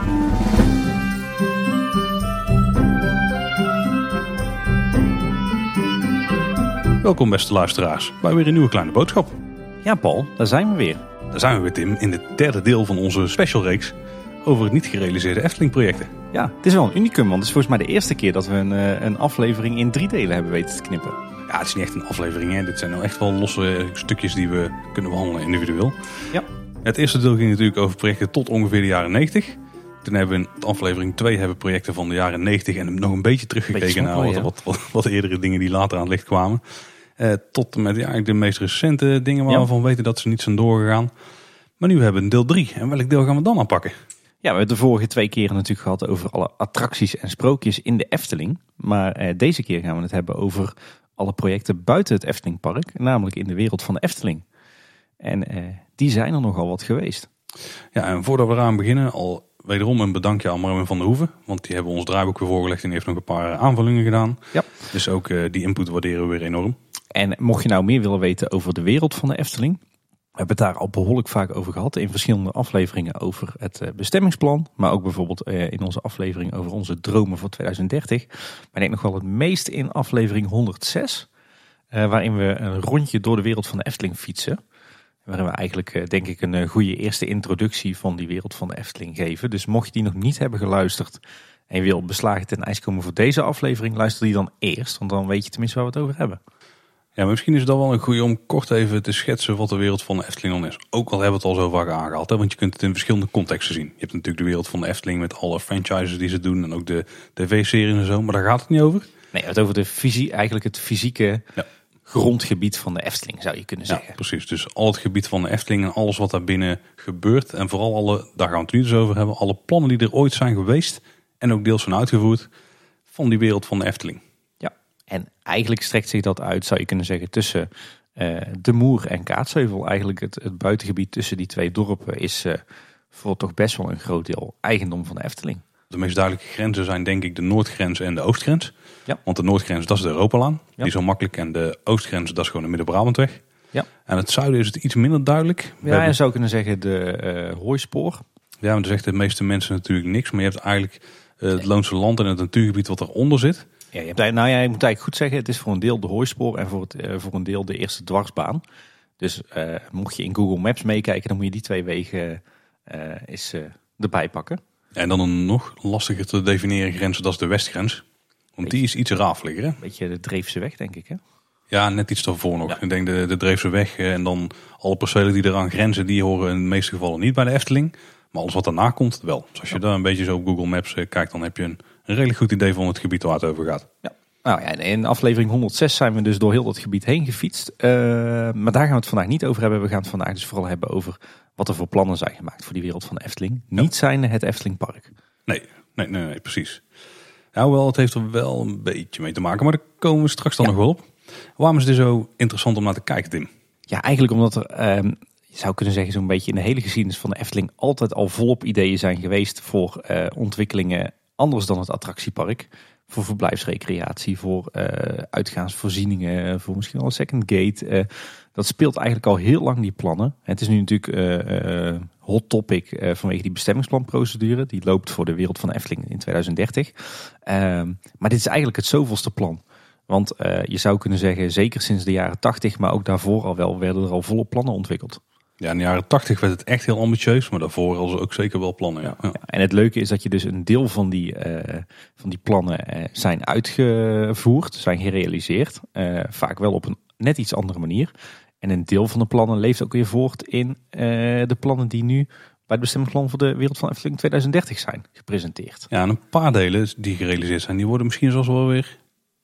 Welkom beste luisteraars bij weer een nieuwe kleine boodschap. Ja Paul, daar zijn we weer. Daar zijn we weer Tim, in het derde deel van onze specialreeks over het niet gerealiseerde Efteling projecten. Ja, het is wel een unicum, want het is volgens mij de eerste keer dat we een aflevering in 3 delen hebben weten te knippen. Ja, het is niet echt een aflevering, hè. Dit zijn nou echt wel losse stukjes die we kunnen behandelen individueel. Ja. Het eerste deel ging natuurlijk over projecten tot ongeveer de jaren 90. Toen hebben we in aflevering 2 hebben projecten van de jaren 90 en nog een beetje teruggekeken naar wat eerdere dingen die later aan het licht kwamen. Tot met eigenlijk de meest recente dingen waarvan we weten dat ze niet zijn doorgegaan. Maar nu hebben we een deel 3. En welk deel gaan we dan aanpakken? Ja, we hebben de vorige 2 keren natuurlijk gehad over alle attracties en sprookjes in de Efteling. Maar deze keer gaan we het hebben over alle projecten buiten het Eftelingpark. Namelijk in de wereld van de Efteling. En die zijn er nogal wat geweest. Ja, en voordat we eraan beginnen, al wederom een bedankje aan Marvin van der Hoeven. Want die hebben ons draaiboek weer voorgelegd en die heeft nog een paar aanvullingen gedaan. Ja. Dus ook die input waarderen we weer enorm. En mocht je nou meer willen weten over de wereld van de Efteling. We hebben het daar al behoorlijk vaak over gehad in verschillende afleveringen over het bestemmingsplan. Maar ook bijvoorbeeld in onze aflevering over onze dromen voor 2030. Maar ik denk nog wel het meest in aflevering 106. Waarin we een rondje door de wereld van de Efteling fietsen. Waarin we eigenlijk denk ik een goede eerste introductie van die wereld van de Efteling geven. Dus mocht je die nog niet hebben geluisterd en je wil beslagen ten ijs komen voor deze aflevering, luister die dan eerst. Want dan weet je tenminste waar we het over hebben. Ja, maar misschien is het dan wel een goede om kort even te schetsen wat de wereld van de Efteling dan is. Ook al hebben we het al zo vaak aangehaald, hè? Want je kunt het in verschillende contexten zien. Je hebt natuurlijk de wereld van de Efteling met alle franchises die ze doen en ook de tv-series en zo, maar daar gaat het niet over. Nee, het over eigenlijk het fysieke grondgebied van de Efteling zou je kunnen zeggen. Ja, precies. Dus al het gebied van de Efteling en alles wat daar binnen gebeurt. En vooral daar gaan we het nu dus over hebben, alle plannen die er ooit zijn geweest en ook deels van uitgevoerd van die wereld van de Efteling. En eigenlijk strekt zich dat uit, zou je kunnen zeggen, tussen de Moer en Kaatsheuvel. Eigenlijk het buitengebied tussen die 2 dorpen is voor toch best wel een groot deel eigendom van de Efteling. De meest duidelijke grenzen zijn denk ik de noordgrens en de oostgrens. Ja. Want de noordgrens, dat is de Europalaan. Ja. Die is zo makkelijk. En de oostgrens, dat is gewoon de Midden-Brabantweg. Ja. En het zuiden is het iets minder duidelijk. Ja, je zou kunnen zeggen de Hooispoor. Ja, maar dat zegt de meeste mensen natuurlijk niks. Maar je hebt eigenlijk het Loonse Land en het natuurgebied wat eronder zit. Ja, je moet eigenlijk goed zeggen, het is voor een deel de Hooispoor en voor een deel de eerste dwarsbaan. Dus mocht je in Google Maps meekijken, dan moet je die 2 wegen erbij pakken. En dan een nog lastiger te definiëren grens, dat is de westgrens. Want die is iets rafeliger. Een beetje de Dreefse weg, denk ik, hè? Ja, net iets daarvoor nog. Ja. Ik denk de Dreefse weg en dan alle percelen die eraan grenzen, die horen in de meeste gevallen niet bij de Efteling. Maar alles wat daarna komt, wel. Dus als je daar een beetje zo op Google Maps kijkt, dan heb je een redelijk goed idee van het gebied waar het over gaat. Ja. Nou ja, in aflevering 106 zijn we dus door heel dat gebied heen gefietst. Maar daar gaan we het vandaag niet over hebben. We gaan het vandaag dus vooral hebben over wat er voor plannen zijn gemaakt voor die wereld van de Efteling. Ja. Niet zijnde het Eftelingpark. Nee, precies. Nou wel, het heeft er wel een beetje mee te maken, maar daar komen we straks dan nog wel op. Waarom is dit zo interessant om naar te kijken, Tim? Ja, eigenlijk omdat er, je zou kunnen zeggen, zo'n beetje in de hele geschiedenis van de Efteling altijd al volop ideeën zijn geweest voor ontwikkelingen anders dan het attractiepark. Voor verblijfsrecreatie, voor uitgaansvoorzieningen, voor misschien wel een second gate. Dat speelt eigenlijk al heel lang, die plannen. Het is nu natuurlijk hot topic vanwege die bestemmingsplanprocedure. Die loopt voor de wereld van de Efteling in 2030. Maar dit is eigenlijk het zoveelste plan. Want je zou kunnen zeggen, zeker sinds de jaren 80, maar ook daarvoor al wel, werden er al volop plannen ontwikkeld. Ja, in de jaren 80 werd het echt heel ambitieus, maar daarvoor hadden ze ook zeker wel plannen. Ja. Ja, en het leuke is dat je dus een deel van die plannen zijn uitgevoerd, zijn gerealiseerd. Vaak wel op een net iets andere manier. En een deel van de plannen leeft ook weer voort in de plannen die nu bij het bestemmingsplan voor de wereld van Efteling 2030 zijn gepresenteerd. Ja, en een paar delen die gerealiseerd zijn, die worden misschien zelfs wel weer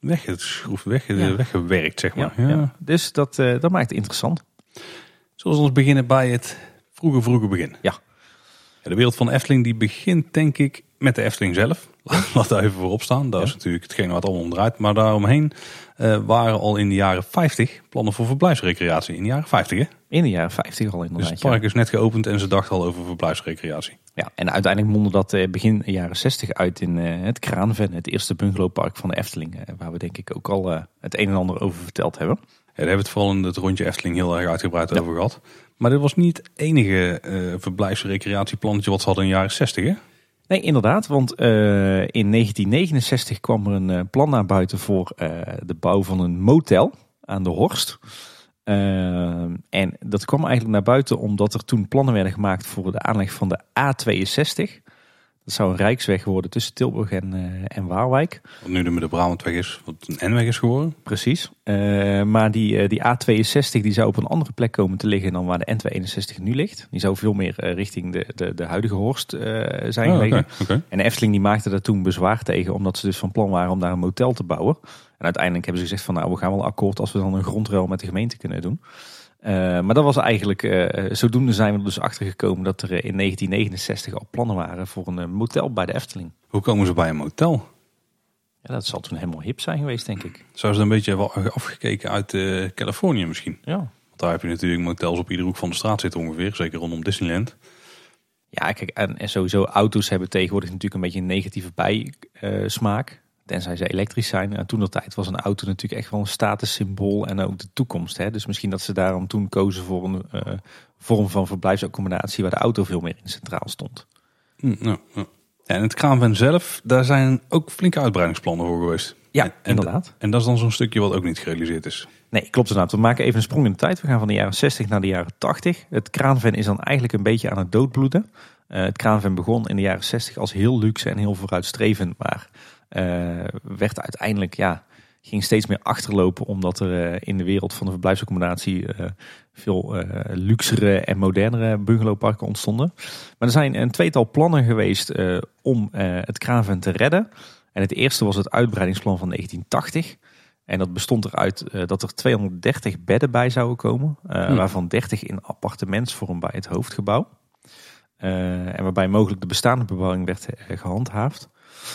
weggewerkt, zeg maar. Ja. Dus dat maakt het interessant. Zullen we ons beginnen bij het vroege begin? Ja. De wereld van de Efteling die begint denk ik met de Efteling zelf. Laat daar even voorop staan. Dat is natuurlijk hetgeen waar het allemaal om draait. Maar daaromheen waren al in de jaren 50 plannen voor verblijfsrecreatie. In de jaren 50 hè? In de jaren 50 al inderdaad. Dus het park is net geopend en ze dachten al over verblijfsrecreatie. Ja, en uiteindelijk mondde dat begin jaren 60 uit in het Kraanven, het eerste bungalowpark van de Efteling. Waar we denk ik ook al het een en ander over verteld hebben. Ja, daar hebben we het vooral in het rondje Efteling heel erg uitgebreid over gehad. Maar dit was niet het enige verblijfsrecreatieplannetje wat ze hadden in de jaren 60 hè? Nee, inderdaad, want in 1969 kwam er een plan naar buiten voor de bouw van een motel aan de Horst. En dat kwam eigenlijk naar buiten omdat er toen plannen werden gemaakt voor de aanleg van de A62. Dat zou een rijksweg worden tussen Tilburg en Waalwijk. Wat nu de Midden-Brabantweg is, wat een N-weg is geworden. Precies. Maar die A62 die zou op een andere plek komen te liggen dan waar de N261 nu ligt. Die zou veel meer richting de huidige Horst zijn gelegen. Okay. En de Efteling die maakte daar toen bezwaar tegen, omdat ze dus van plan waren om daar een motel te bouwen. En uiteindelijk hebben ze gezegd van nou, we gaan wel akkoord als we dan een grondruil met de gemeente kunnen doen. Maar dat was eigenlijk, zodoende zijn we er dus achter gekomen dat er in 1969 al plannen waren voor een motel bij de Efteling. Hoe komen ze bij een motel? Ja, dat zal toen helemaal hip zijn geweest, denk ik. Zou ze een beetje wel afgekeken uit Californië misschien? Ja. Want daar heb je natuurlijk motels op iedere hoek van de straat zitten ongeveer, zeker rondom Disneyland. Ja, kijk, en sowieso auto's hebben tegenwoordig natuurlijk een beetje een negatieve bijsmaak. Tenzij ze elektrisch zijn. En toen de tijd was een auto natuurlijk echt wel een statussymbool en ook de toekomst. Hè? Dus misschien dat ze daarom toen kozen voor een vorm van verblijfsaccommodatie waar de auto veel meer in centraal stond. Ja. En het Kraanven zelf, daar zijn ook flinke uitbreidingsplannen voor geweest. Ja, inderdaad. En dat is dan zo'n stukje wat ook niet gerealiseerd is. Nee, klopt inderdaad. We maken even een sprong in de tijd. We gaan van de jaren 60 naar de jaren 80. Het Kraanven is dan eigenlijk een beetje aan het doodbloeden. Het Kraanven begon in de jaren 60 als heel luxe en heel vooruitstrevend, maar werd uiteindelijk, ging steeds meer achterlopen omdat er in de wereld van de verblijfsaccommodatie veel luxere en modernere bungalowparken ontstonden. Maar er zijn een tweetal plannen geweest om het Kraanven te redden. En het eerste was het uitbreidingsplan van 1980. En dat bestond eruit dat er 230 bedden bij zouden komen, waarvan 30 in appartementsvorm bij het hoofdgebouw. En waarbij mogelijk de bestaande bebouwing werd gehandhaafd.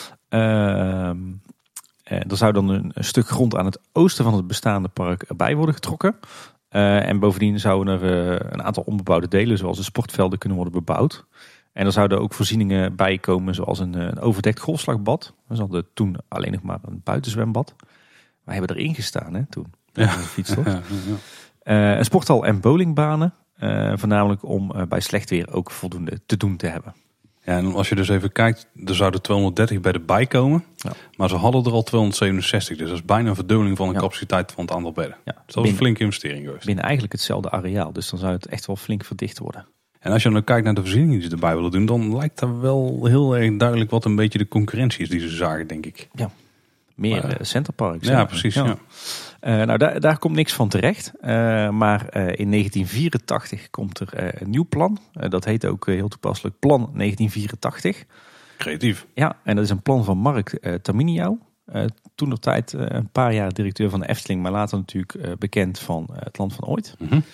Er zou dan een stuk grond aan het oosten van het bestaande park erbij worden getrokken. En bovendien zouden er een aantal onbebouwde delen, zoals de sportvelden, kunnen worden bebouwd. En er zouden ook voorzieningen bij komen, zoals een overdekt golfslagbad. We hadden toen alleen nog maar een buitenzwembad. Wij hebben erin gestaan, hè, toen. Ja. Fietstocht. Een sporthal en bowlingbanen. Voornamelijk om bij slecht weer ook voldoende te doen te hebben. Ja, en als je dus even kijkt, er zouden 230 bedden bij komen. Ja. Maar ze hadden er al 267. Dus dat is bijna een verdubbeling van de capaciteit van het aantal bedden. Ja. Dus dat is een flinke investering geweest. Binnen eigenlijk hetzelfde areaal. Dus dan zou het echt wel flink verdicht worden. En als je dan kijkt naar de voorzieningen die ze erbij willen doen, dan lijkt dat wel heel erg duidelijk wat een beetje de concurrentie is die ze zagen, denk ik. Ja, meer centerparks. Ja, precies. Ja. Nou, daar komt niks van terecht. Maar in 1984 komt er een nieuw plan. Dat heet ook heel toepasselijk Plan 1984. Creatief. Ja, en dat is een plan van Mark Taminiau. Toen op tijd een paar jaar directeur van de Efteling, maar later natuurlijk bekend van het Land van Ooit. Mm-hmm.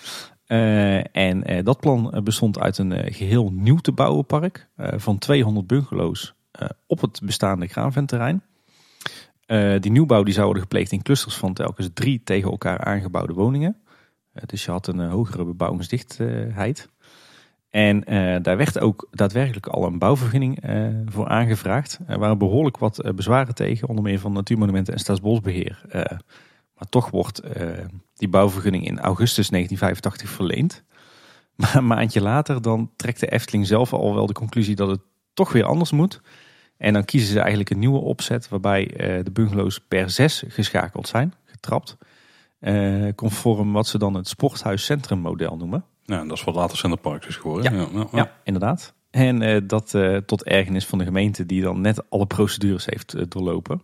En dat plan bestond uit een geheel nieuw te bouwen park van 200 bungalows op het bestaande Kraanventerrein. Die nieuwbouw die zou worden gepleegd in clusters van telkens 3 tegen elkaar aangebouwde woningen. Dus je had een hogere bebouwingsdichtheid. En daar werd ook daadwerkelijk al een bouwvergunning voor aangevraagd. Er waren behoorlijk wat bezwaren tegen, onder meer van Natuurmonumenten en Staatsbosbeheer. Maar toch wordt die bouwvergunning in augustus 1985 verleend. Maar een maandje later dan trekt de Efteling zelf al wel de conclusie dat het toch weer anders moet. En dan kiezen ze eigenlijk een nieuwe opzet waarbij de bungalows per 6 geschakeld zijn, getrapt. Conform wat ze dan het sporthuiscentrumodel noemen. Ja, dat is wat later Centerparks is geworden. Ja, inderdaad. En dat tot ergernis van de gemeente die dan net alle procedures heeft doorlopen.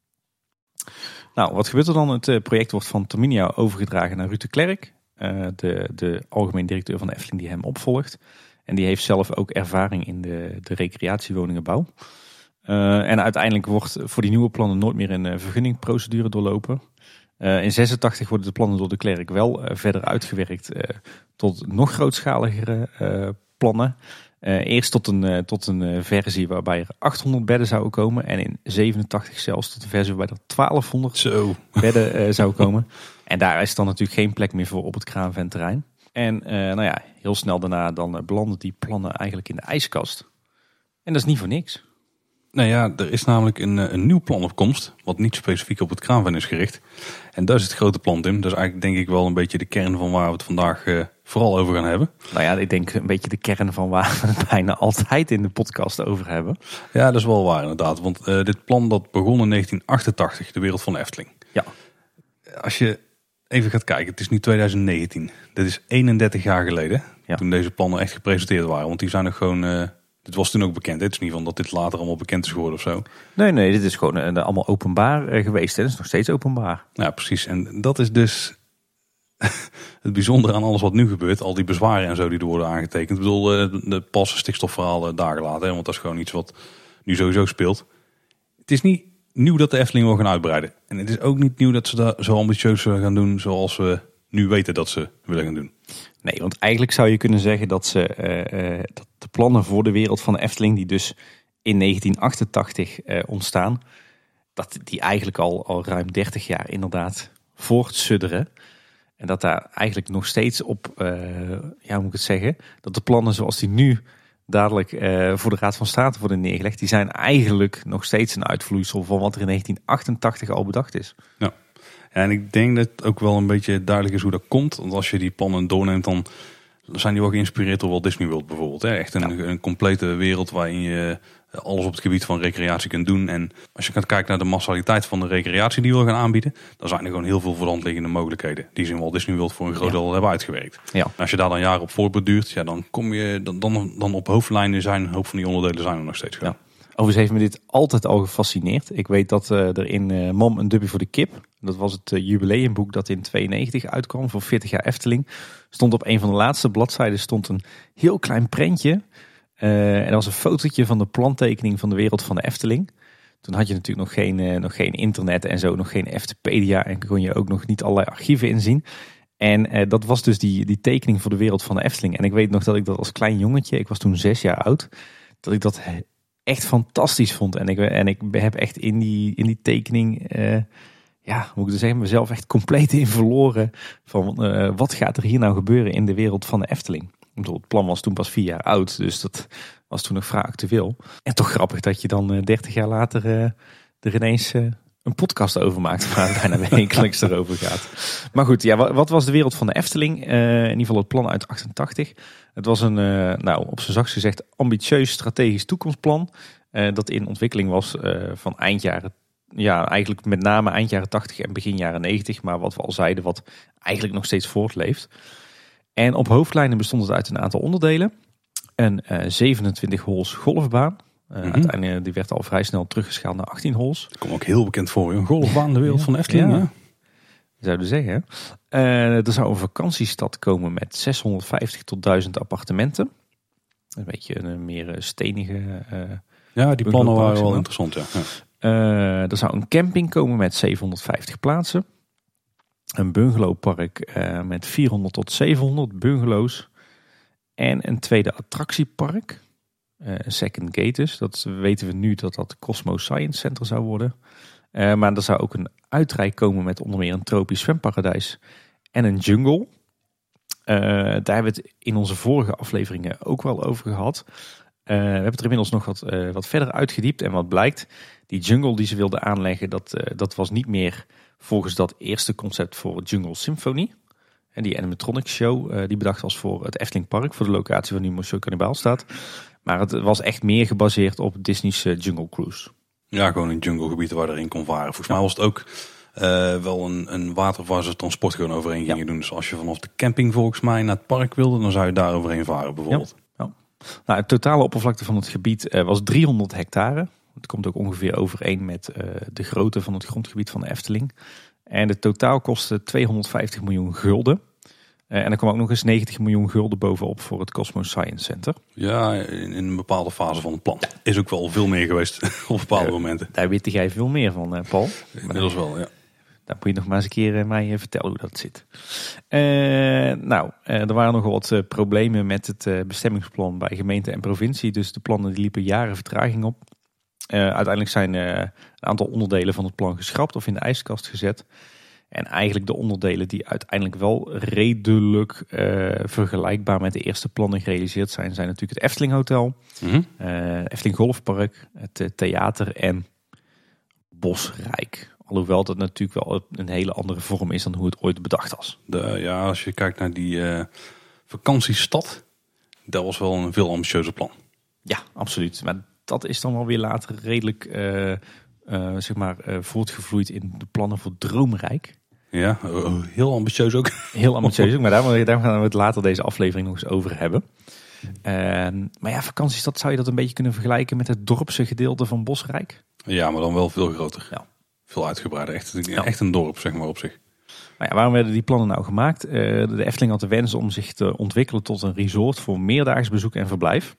Nou, wat gebeurt er dan? Het project wordt van Taminiau overgedragen naar Ruud de Klerk. De algemeen directeur van de Efteling die hem opvolgt. En die heeft zelf ook ervaring in de recreatiewoningenbouw. En uiteindelijk wordt voor die nieuwe plannen nooit meer een vergunningprocedure doorlopen. In 86 worden de plannen door de Klerk wel verder uitgewerkt tot nog grootschaligere plannen. Eerst tot een versie waarbij er 800 bedden zouden komen. En in 87 zelfs tot een versie waarbij er 1200 bedden zouden komen. En daar is dan natuurlijk geen plek meer voor op het Kraanventerrein. En heel snel daarna dan belanden die plannen eigenlijk in de ijskast. En dat is niet voor niks. Nou ja, er is namelijk een nieuw plan op komst, wat niet specifiek op het kraanveen is gericht. En dat is het grote plan, Tim. Dat is eigenlijk denk ik wel een beetje de kern van waar we het vandaag vooral over gaan hebben. Nou ja, ik denk een beetje de kern van waar we het bijna altijd in de podcast over hebben. Ja, dat is wel waar inderdaad. Want dit plan dat begon in 1988, de wereld van de Efteling. Ja. Als je even gaat kijken, het is nu 2019. Dit is 31 jaar geleden toen deze plannen echt gepresenteerd waren. Want die zijn nog gewoon... dit was toen ook bekend. Het is niet van dat dit later allemaal bekend is geworden of zo. Nee, dit is gewoon allemaal openbaar geweest. Hè? Het is nog steeds openbaar. Ja, precies. En dat is dus het bijzondere aan alles wat nu gebeurt. Al die bezwaren en zo die er worden aangetekend. Ik bedoel, de pas stikstofverhaal daar gelaten. Hè? Want dat is gewoon iets wat nu sowieso speelt. Het is niet nieuw dat de Efteling wil gaan uitbreiden. En het is ook niet nieuw dat ze daar zo ambitieus zullen gaan doen zoals we nu weten dat ze willen gaan doen. Nee, want eigenlijk zou je kunnen zeggen dat dat de plannen voor de wereld van de Efteling, die dus in 1988 ontstaan, dat die eigenlijk al ruim 30 jaar inderdaad voortsudderen. En dat daar eigenlijk nog steeds op, hoe moet ik het zeggen, dat de plannen zoals die nu dadelijk voor de Raad van State worden neergelegd, die zijn eigenlijk nog steeds een uitvloeisel van wat er in 1988 al bedacht is. Ja. En ik denk dat het ook wel een beetje duidelijk is hoe dat komt. Want als je die plannen doorneemt, dan zijn die wel geïnspireerd door Walt Disney World bijvoorbeeld. Hè? Echt een complete wereld waarin je alles op het gebied van recreatie kunt doen. En als je gaat kijken naar de massaliteit van de recreatie die we gaan aanbieden, dan zijn er gewoon heel veel voor de hand liggende mogelijkheden. Die ze in Walt Disney World voor een groot deel hebben uitgewerkt. Ja. En als je daar dan jaren op voortborduurt, dan kom je dan op hoofdlijnen zijn een hoop van die onderdelen zijn er nog steeds gewoon. Ja. Overigens heeft me dit altijd al gefascineerd. Ik weet dat er in Mam een dubje voor de kip, dat was het jubileumboek dat in 92 uitkwam voor 40 jaar Efteling, stond op een van de laatste bladzijden stond een heel klein prentje. En dat was een fotootje van de plantekening van de wereld van de Efteling. Toen had je natuurlijk nog geen internet en zo, nog geen Eftepedia en kon je ook nog niet allerlei archieven inzien. En dat was dus die tekening voor de wereld van de Efteling. En ik weet nog dat ik dat als klein jongetje, ik was toen 6 jaar oud, dat ik dat echt fantastisch vond. En ik heb echt in die tekening, hoe moet ik het zeggen, mezelf echt compleet in verloren van wat gaat er hier nou gebeuren in de wereld van de Efteling. Het plan was toen pas 4 jaar oud, dus dat was toen nog vrij actueel. En toch grappig dat je dan 30 jaar later er ineens een podcast over maakt, waar het bijna wekelijks erover gaat. Maar goed, ja, wat was de wereld van de Efteling? In ieder geval het plan uit 88. Het was een, op zijn zachtst gezegd, ambitieus strategisch toekomstplan. Dat in ontwikkeling was van eigenlijk met name eind jaren 80 en begin jaren 90. Maar wat we al zeiden, wat eigenlijk nog steeds voortleeft. En op hoofdlijnen bestond het uit een aantal onderdelen. Een 27 holes golfbaan. Uiteindelijk die werd al vrij snel teruggeschaald naar 18 holes. Dat komt ook heel bekend voor. Een golfbaan, de wereld van de Efteling. Ja. Zouden zeggen. Er zou een vakantiestad komen met 650 tot 1000 appartementen. Een beetje een meer stenige... die plannen waren wel interessant. Ja. Er zou een camping komen met 750 plaatsen. Een bungalowpark met 400 tot 700 bungalows. En een tweede attractiepark. Second Gate dus. Dat weten we nu dat Cosmo Science Center zou worden. Maar er zou ook een uitrijk komen met onder meer een tropisch zwemparadijs. En een jungle. Daar hebben we het in onze vorige afleveringen ook wel over gehad. We hebben het er inmiddels nog wat verder uitgediept. En wat blijkt, die jungle die ze wilden aanleggen, dat was niet meer volgens dat eerste concept voor Jungle Symphony. En die animatronic show die bedacht was voor het Efteling Park, voor de locatie waar nu Monsieur Cannibal staat. Maar het was echt meer gebaseerd op Disney's Jungle Cruise. Ja, gewoon een junglegebied waar erin kon varen. Volgens mij was het ook wel een water waar ze transport gewoon overheen gingen doen. Dus als je vanaf de camping volgens mij naar het park wilde, dan zou je daar overheen varen bijvoorbeeld. Ja. Nou, het totale oppervlakte van het gebied was 300 hectare. Het komt ook ongeveer overeen met de grootte van het grondgebied van de Efteling. En de totaal kostte 250 miljoen gulden. En er kwam ook nog eens 90 miljoen gulden bovenop voor het Cosmo Science Center. Ja, in een bepaalde fase van het plan. Is ook wel veel meer geweest op bepaalde momenten. Daar weet jij veel meer van, Paul. Inmiddels wel, ja. Daar moet je nog maar eens een keer mij vertellen hoe dat zit. Er waren nogal wat problemen met het bestemmingsplan bij gemeente en provincie. Dus de plannen die liepen jaren vertraging op. Uiteindelijk zijn een aantal onderdelen van het plan geschrapt of in de ijskast gezet. En eigenlijk de onderdelen die uiteindelijk wel redelijk vergelijkbaar met de eerste plannen gerealiseerd zijn natuurlijk het Efteling Hotel, Efteling Golfpark, het theater en Bosrijk. Alhoewel dat natuurlijk wel een hele andere vorm is dan hoe het ooit bedacht was. Als je kijkt naar die vakantiestad, dat was wel een veel ambitieuzer plan. Ja, absoluut. Maar dat is dan wel weer later redelijk voortgevloeid in de plannen voor Droomrijk. Ja, heel ambitieus ook. Heel ambitieus ook, maar daar gaan we het later deze aflevering nog eens over hebben. Maar ja, vakantiestad, zou je dat een beetje kunnen vergelijken met het dorpse gedeelte van Bosrijk? Ja, maar dan wel veel groter. Ja. Veel uitgebreider. Echt een dorp, zeg maar, op zich. Maar ja, waarom werden die plannen nou gemaakt? De Efteling had de wens om zich te ontwikkelen tot een resort voor meerdaags bezoek en verblijf.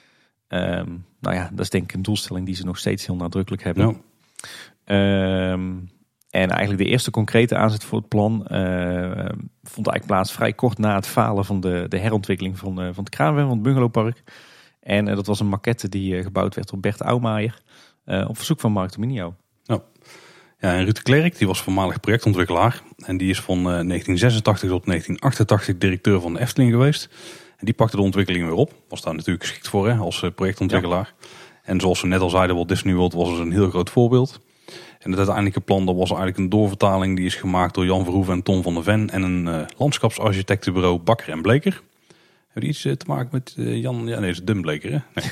Dat is denk ik een doelstelling die ze nog steeds heel nadrukkelijk hebben. Ja. En eigenlijk de eerste concrete aanzet voor het plan vond eigenlijk plaats vrij kort na het falen van de herontwikkeling van het Kraanveen, van het bungalowpark. En dat was een maquette die gebouwd werd door Bert Ouwmaier op verzoek van Mark Dominio. Ja, en Ruud de Klerk, die was voormalig projectontwikkelaar. En die is van 1986 tot 1988 directeur van de Efteling geweest. En die pakte de ontwikkeling weer op. Was daar natuurlijk geschikt voor als projectontwikkelaar. Ja. En zoals we net al zeiden, Walt Disney World was dus een heel groot voorbeeld. En het uiteindelijke plan, dat was eigenlijk een doorvertaling. Die is gemaakt door Jan Verhoeven en Tom van der Ven. En een landschapsarchitectenbureau Bakker en Bleker. Hebben die iets te maken met Jan? Ja, nee, dat is Dun Bleker, hè?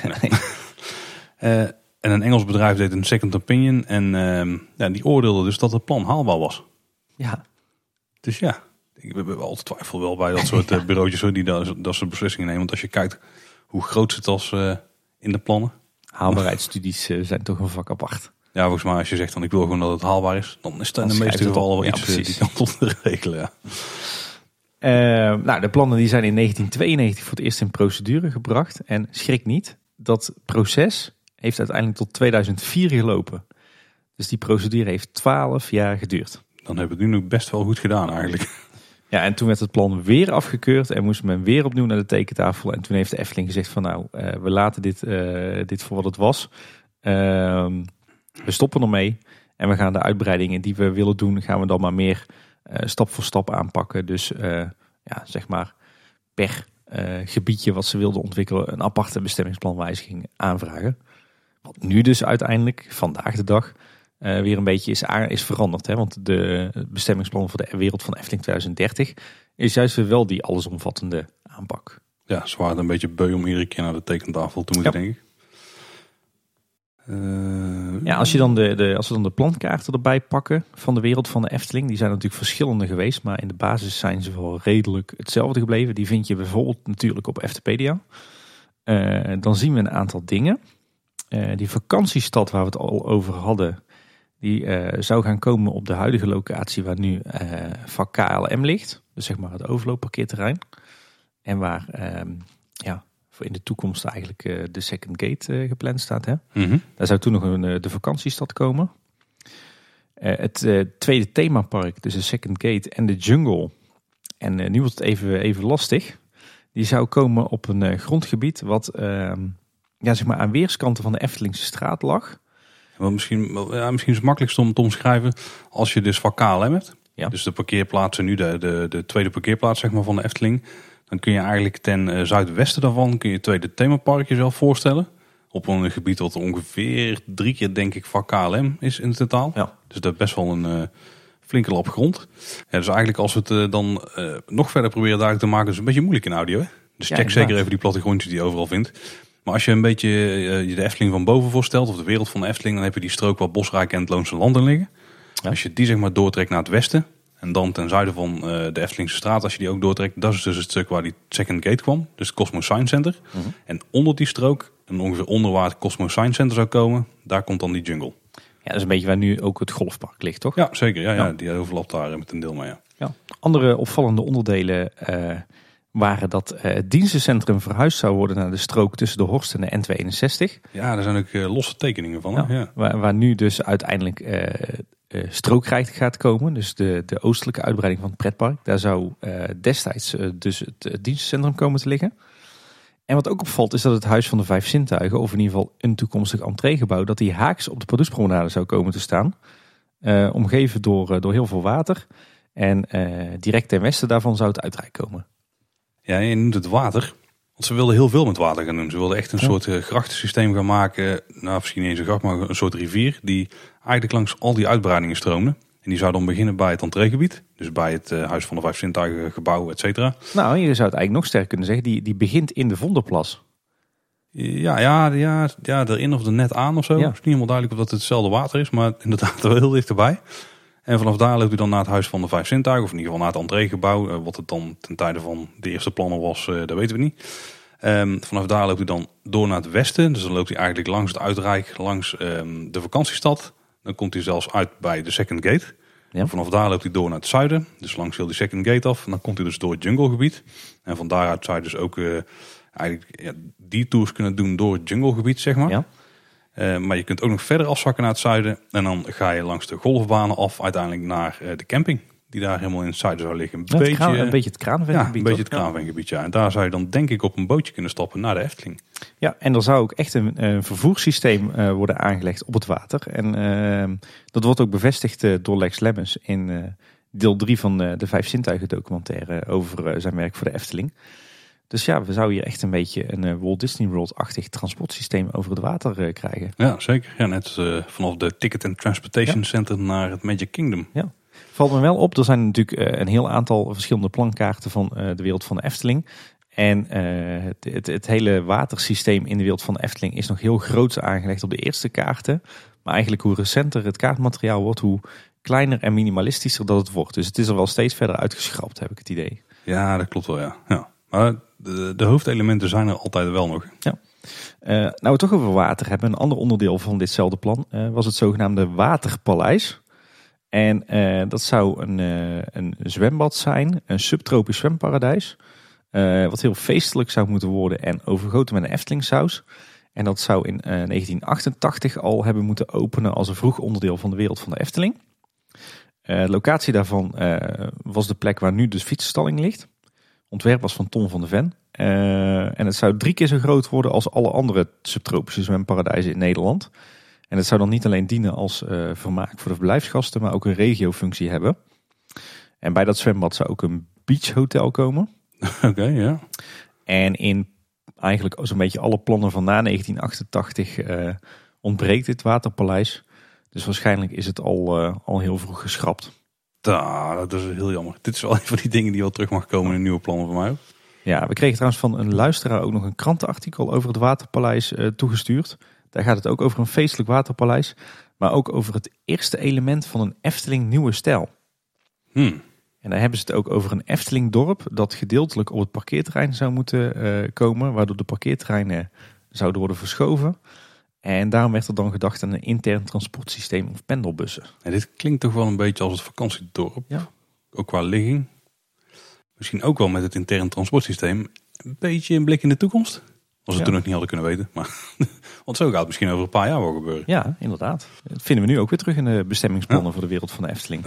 Nee. En een Engels bedrijf deed een second opinion. En die oordeelde dus dat het plan haalbaar was. Ja. Dus ja, ik heb altijd twijfel wel bij dat soort bureautjes die dat soort beslissingen nemen. Want als je kijkt hoe groot het was in de plannen. Haalbaarheidsstudies zijn toch een vak apart. Ja, volgens mij als je zegt dan ik wil gewoon dat het haalbaar is. Dan is het in de meeste gevallen wel iets die kant op te regelen. Ja. De plannen die zijn in 1992 voor het eerst in procedure gebracht. En schrik niet, dat proces heeft uiteindelijk tot 2004 gelopen. Dus die procedure heeft 12 jaar geduurd. Dan hebben we het nu nog best wel goed gedaan eigenlijk. Ja, en toen werd het plan weer afgekeurd en moest men weer opnieuw naar de tekentafel. En toen heeft de Efteling gezegd van we laten dit voor wat het was. We stoppen ermee en we gaan de uitbreidingen die we willen doen, gaan we dan maar meer stap voor stap aanpakken. Dus zeg maar per gebiedje wat ze wilden ontwikkelen een aparte bestemmingsplanwijziging aanvragen. Wat nu dus uiteindelijk, vandaag de dag, weer een beetje is veranderd. Hè? Want de bestemmingsplan voor de wereld van Efteling 2030 is juist weer wel die allesomvattende aanpak. Ja, ze waren een beetje beu om iedere keer naar de tekentafel te moeten, denk ik. Als we dan de plankaarten erbij pakken van de wereld van de Efteling. Die zijn natuurlijk verschillende geweest. Maar in de basis zijn ze wel redelijk hetzelfde gebleven. Die vind je bijvoorbeeld natuurlijk op Eftepedia. Dan zien we een aantal dingen. Die vakantiestad waar we het al over hadden. Die zou gaan komen op de huidige locatie waar nu vak KLM ligt. Dus zeg maar het overloopparkeerterrein. En waar voor in de toekomst eigenlijk de Second Gate gepland staat. Hè? Mm-hmm. Daar zou toen nog de vakantiestad komen. Het tweede themapark, dus de Second Gate en de Jungle. En nu wordt het even lastig. Die zou komen op een grondgebied wat aan weerskanten van de Eftelingse straat lag. Misschien is het makkelijkst om te omschrijven als je dus vak KLM hebt. Ja. Dus de parkeerplaatsen nu, de tweede parkeerplaats zeg maar, van de Efteling. Dan kun je eigenlijk ten zuidwesten daarvan kun je het tweede themapark jezelf voorstellen. Op een gebied wat ongeveer 3 keer denk ik vak KLM is in totaal. Ja. Dus dat is best wel een flinke lap grond. Ja, dus eigenlijk als we het dan nog verder proberen duidelijk te maken, is het een beetje moeilijk in audio. Hè? Dus check zeker even die plattegrondjes die je overal vindt. Maar als je een beetje je de Efteling van boven voorstelt, of de wereld van de Efteling, dan heb je die strook waar Bosrijk en het Loonse Land in liggen. Ja. Als je die zeg maar doortrekt naar het westen, en dan ten zuiden van de Eftelingse straat, als je die ook doortrekt, dat is dus het stuk waar die Second Gate kwam. Dus het Cosmo Science Center. Mm-hmm. En onder die strook, en ongeveer onder waar het Cosmo Science Center zou komen, daar komt dan die jungle. Ja, dat is een beetje waar nu ook het golfpark ligt, toch? Ja, zeker. Ja. Die overlapt daar met een deel mee. Ja. Andere opvallende onderdelen waren dat het dienstencentrum verhuisd zou worden naar de strook tussen de Horst en de N261. Ja, daar zijn ook losse tekeningen van. Ja. Waar nu dus uiteindelijk strookrijk gaat komen. Dus de oostelijke uitbreiding van het pretpark. Daar zou destijds dus het dienstencentrum komen te liggen. En wat ook opvalt is dat het Huis van de Vijf Zintuigen, of in ieder geval een toekomstig entreegebouw, dat die haaks op de Pardoespromenade zou komen te staan. Omgeven door heel veel water. En direct ten westen daarvan zou het Uitrijk komen. Ja, je noemt het water. Want ze wilden heel veel met water gaan doen. Ze wilden echt een soort grachtensysteem gaan maken. Nou, misschien niet eens een gracht, maar een soort rivier. Die eigenlijk langs al die uitbreidingen stroomde. En die zou dan beginnen bij het entreegebied. Dus bij het Huis van de Vijf Zintuigen gebouw, et cetera. Nou, je zou het eigenlijk nog sterker kunnen zeggen. Die begint in de Vondelplas. Ja, erin of er net aan of zo. Ja. Het is niet helemaal duidelijk of dat hetzelfde water is. Maar inderdaad wel heel dichterbij. En vanaf daar loopt u dan naar het Huis van de Vijf Zintuigen. Of in ieder geval naar het entreegebouw. Wat het dan ten tijde van de eerste plannen was, dat weten we niet. Vanaf daar loopt u dan door naar het westen. Dus dan loopt u eigenlijk langs het Uitrijk, langs de vakantiestad. Dan komt u zelfs uit bij de Second Gate. Ja. Vanaf daar loopt u door naar het zuiden. Dus langs heel die Second Gate af. En dan komt u dus door het junglegebied. En van daaruit zou je dus ook eigenlijk die tours kunnen doen door het junglegebied, zeg maar. Ja. Maar je kunt ook nog verder afzakken naar het zuiden. En dan ga je langs de golfbanen af uiteindelijk naar de camping. Die daar helemaal in het zuiden zou liggen. Een beetje het Kraanvengebied. Ja, een beetje het Kraanvengebied, ja. En daar zou je dan denk ik op een bootje kunnen stappen naar de Efteling. Ja, en er zou ook echt een vervoerssysteem worden aangelegd op het water. En dat wordt ook bevestigd door Lex Lemmens in deel 3 van de Vijf Zintuigen documentaire over zijn werk voor de Efteling. Dus ja, we zouden hier echt een beetje een Walt Disney World-achtig transportsysteem over het water krijgen. Ja, zeker. Ja, net vanaf de Ticket and Transportation Center naar het Magic Kingdom. Ja. Valt me wel op, er zijn natuurlijk een heel aantal verschillende plankaarten van de wereld van de Efteling. En het hele watersysteem in de wereld van de Efteling is nog heel groots aangelegd op de eerste kaarten. Maar eigenlijk hoe recenter het kaartmateriaal wordt, hoe kleiner en minimalistischer dat het wordt. Dus het is er wel steeds verder uitgeschrapt, heb ik het idee. Ja, dat klopt wel, ja. Maar de hoofdelementen zijn er altijd wel nog. Ja. Nou, we het toch over water hebben. Een ander onderdeel van ditzelfde plan was het zogenaamde Waterpaleis. En dat zou een zwembad zijn, een subtropisch zwemparadijs. Wat heel feestelijk zou moeten worden en overgoten met een Eftelingsaus. En dat zou in 1988 al hebben moeten openen als een vroeg onderdeel van de wereld van de Efteling. De locatie daarvan was de plek waar nu de fietsenstalling ligt. Ontwerp was van Ton van de Ven. En het zou 3 keer zo groot worden als alle andere subtropische zwemparadijzen in Nederland. En het zou dan niet alleen dienen als vermaak voor de verblijfsgasten, maar ook een regiofunctie hebben. En bij dat zwembad zou ook een beachhotel komen. Oké, ja. En in eigenlijk zo'n beetje alle plannen van na 1988 ontbreekt dit waterpaleis. Dus waarschijnlijk is het al heel vroeg geschrapt. Dat is heel jammer. Dit is wel een van die dingen die wel terug mag komen in de nieuwe plannen van mij. Ja, we kregen trouwens van een luisteraar ook nog een krantenartikel over het waterpaleis toegestuurd. Daar gaat het ook over een feestelijk waterpaleis. Maar ook over het eerste element van een Efteling nieuwe stijl. En daar hebben ze het ook over een Efteling dorp dat gedeeltelijk op het parkeerterrein zou moeten komen. Waardoor de parkeerterreinen zouden worden verschoven. En daarom werd er dan gedacht aan een intern transportsysteem of pendelbussen. En dit klinkt toch wel een beetje als het vakantiedorp. Ja. Ook qua ligging. Misschien ook wel met het intern transportsysteem. Een beetje een blik in de toekomst. Als we het toen nog niet hadden kunnen weten. Maar, want zo gaat het misschien over een paar jaar wel gebeuren. Ja, inderdaad. Dat vinden we nu ook weer terug in de bestemmingsplannen voor de wereld van de Efteling.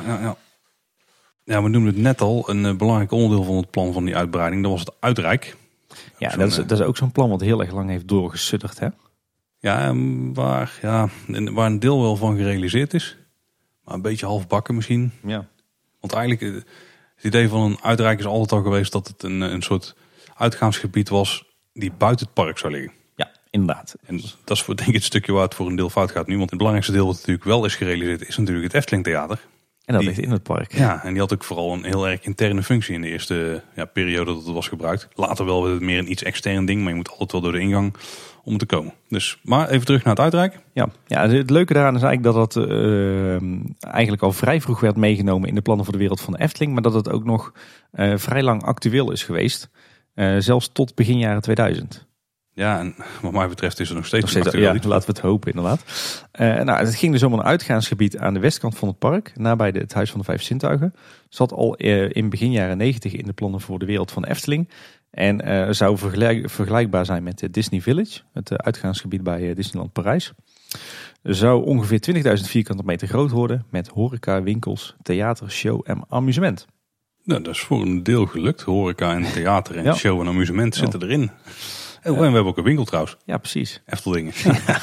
Ja, we noemden het net al. Een belangrijk onderdeel van het plan van die uitbreiding. Dat was het Uitrijk. Ja, dat is ook zo'n plan wat heel erg lang heeft doorgesudderd, hè? Ja, waar een deel wel van gerealiseerd is. Maar een beetje halfbakken misschien. Ja. Want eigenlijk, het idee van een Uitrijk is altijd al geweest dat het een soort uitgaansgebied was die buiten het park zou liggen. Ja, inderdaad. En dat is denk ik het stukje waar het voor een deel fout gaat nu. Want het belangrijkste deel wat natuurlijk wel is gerealiseerd is natuurlijk het Efteling Theater. En dat ligt in het park. Ja, en die had ook vooral een heel erg interne functie in de eerste periode dat het was gebruikt. Later wel werd het meer een iets extern ding, maar je moet altijd wel door de ingang om te komen. Dus, maar even terug naar het Uitrijk. Ja, het leuke daaraan is eigenlijk dat dat eigenlijk al vrij vroeg werd meegenomen in de plannen voor de wereld van de Efteling. Maar dat het ook nog vrij lang actueel is geweest. Zelfs tot begin jaren 2000. Ja, en wat mij betreft is er nog steeds actueel. Ja, laten we het hopen inderdaad. Het ging dus om een uitgaansgebied aan de westkant van het park. Nabij het Huis van de Vijf Zintuigen. Zat al in begin jaren 90 in de plannen voor de wereld van de Efteling. En zou vergelijkbaar zijn met Disney Village. Het uitgaansgebied bij Disneyland Parijs. Zou ongeveer 20.000 vierkante meter groot worden. Met horeca, winkels, theater, show en amusement. Nou, dat is voor een deel gelukt. Horeca en theater en show en amusement zitten erin. En we hebben ook een winkel trouwens. Ja, precies. Eftelingen.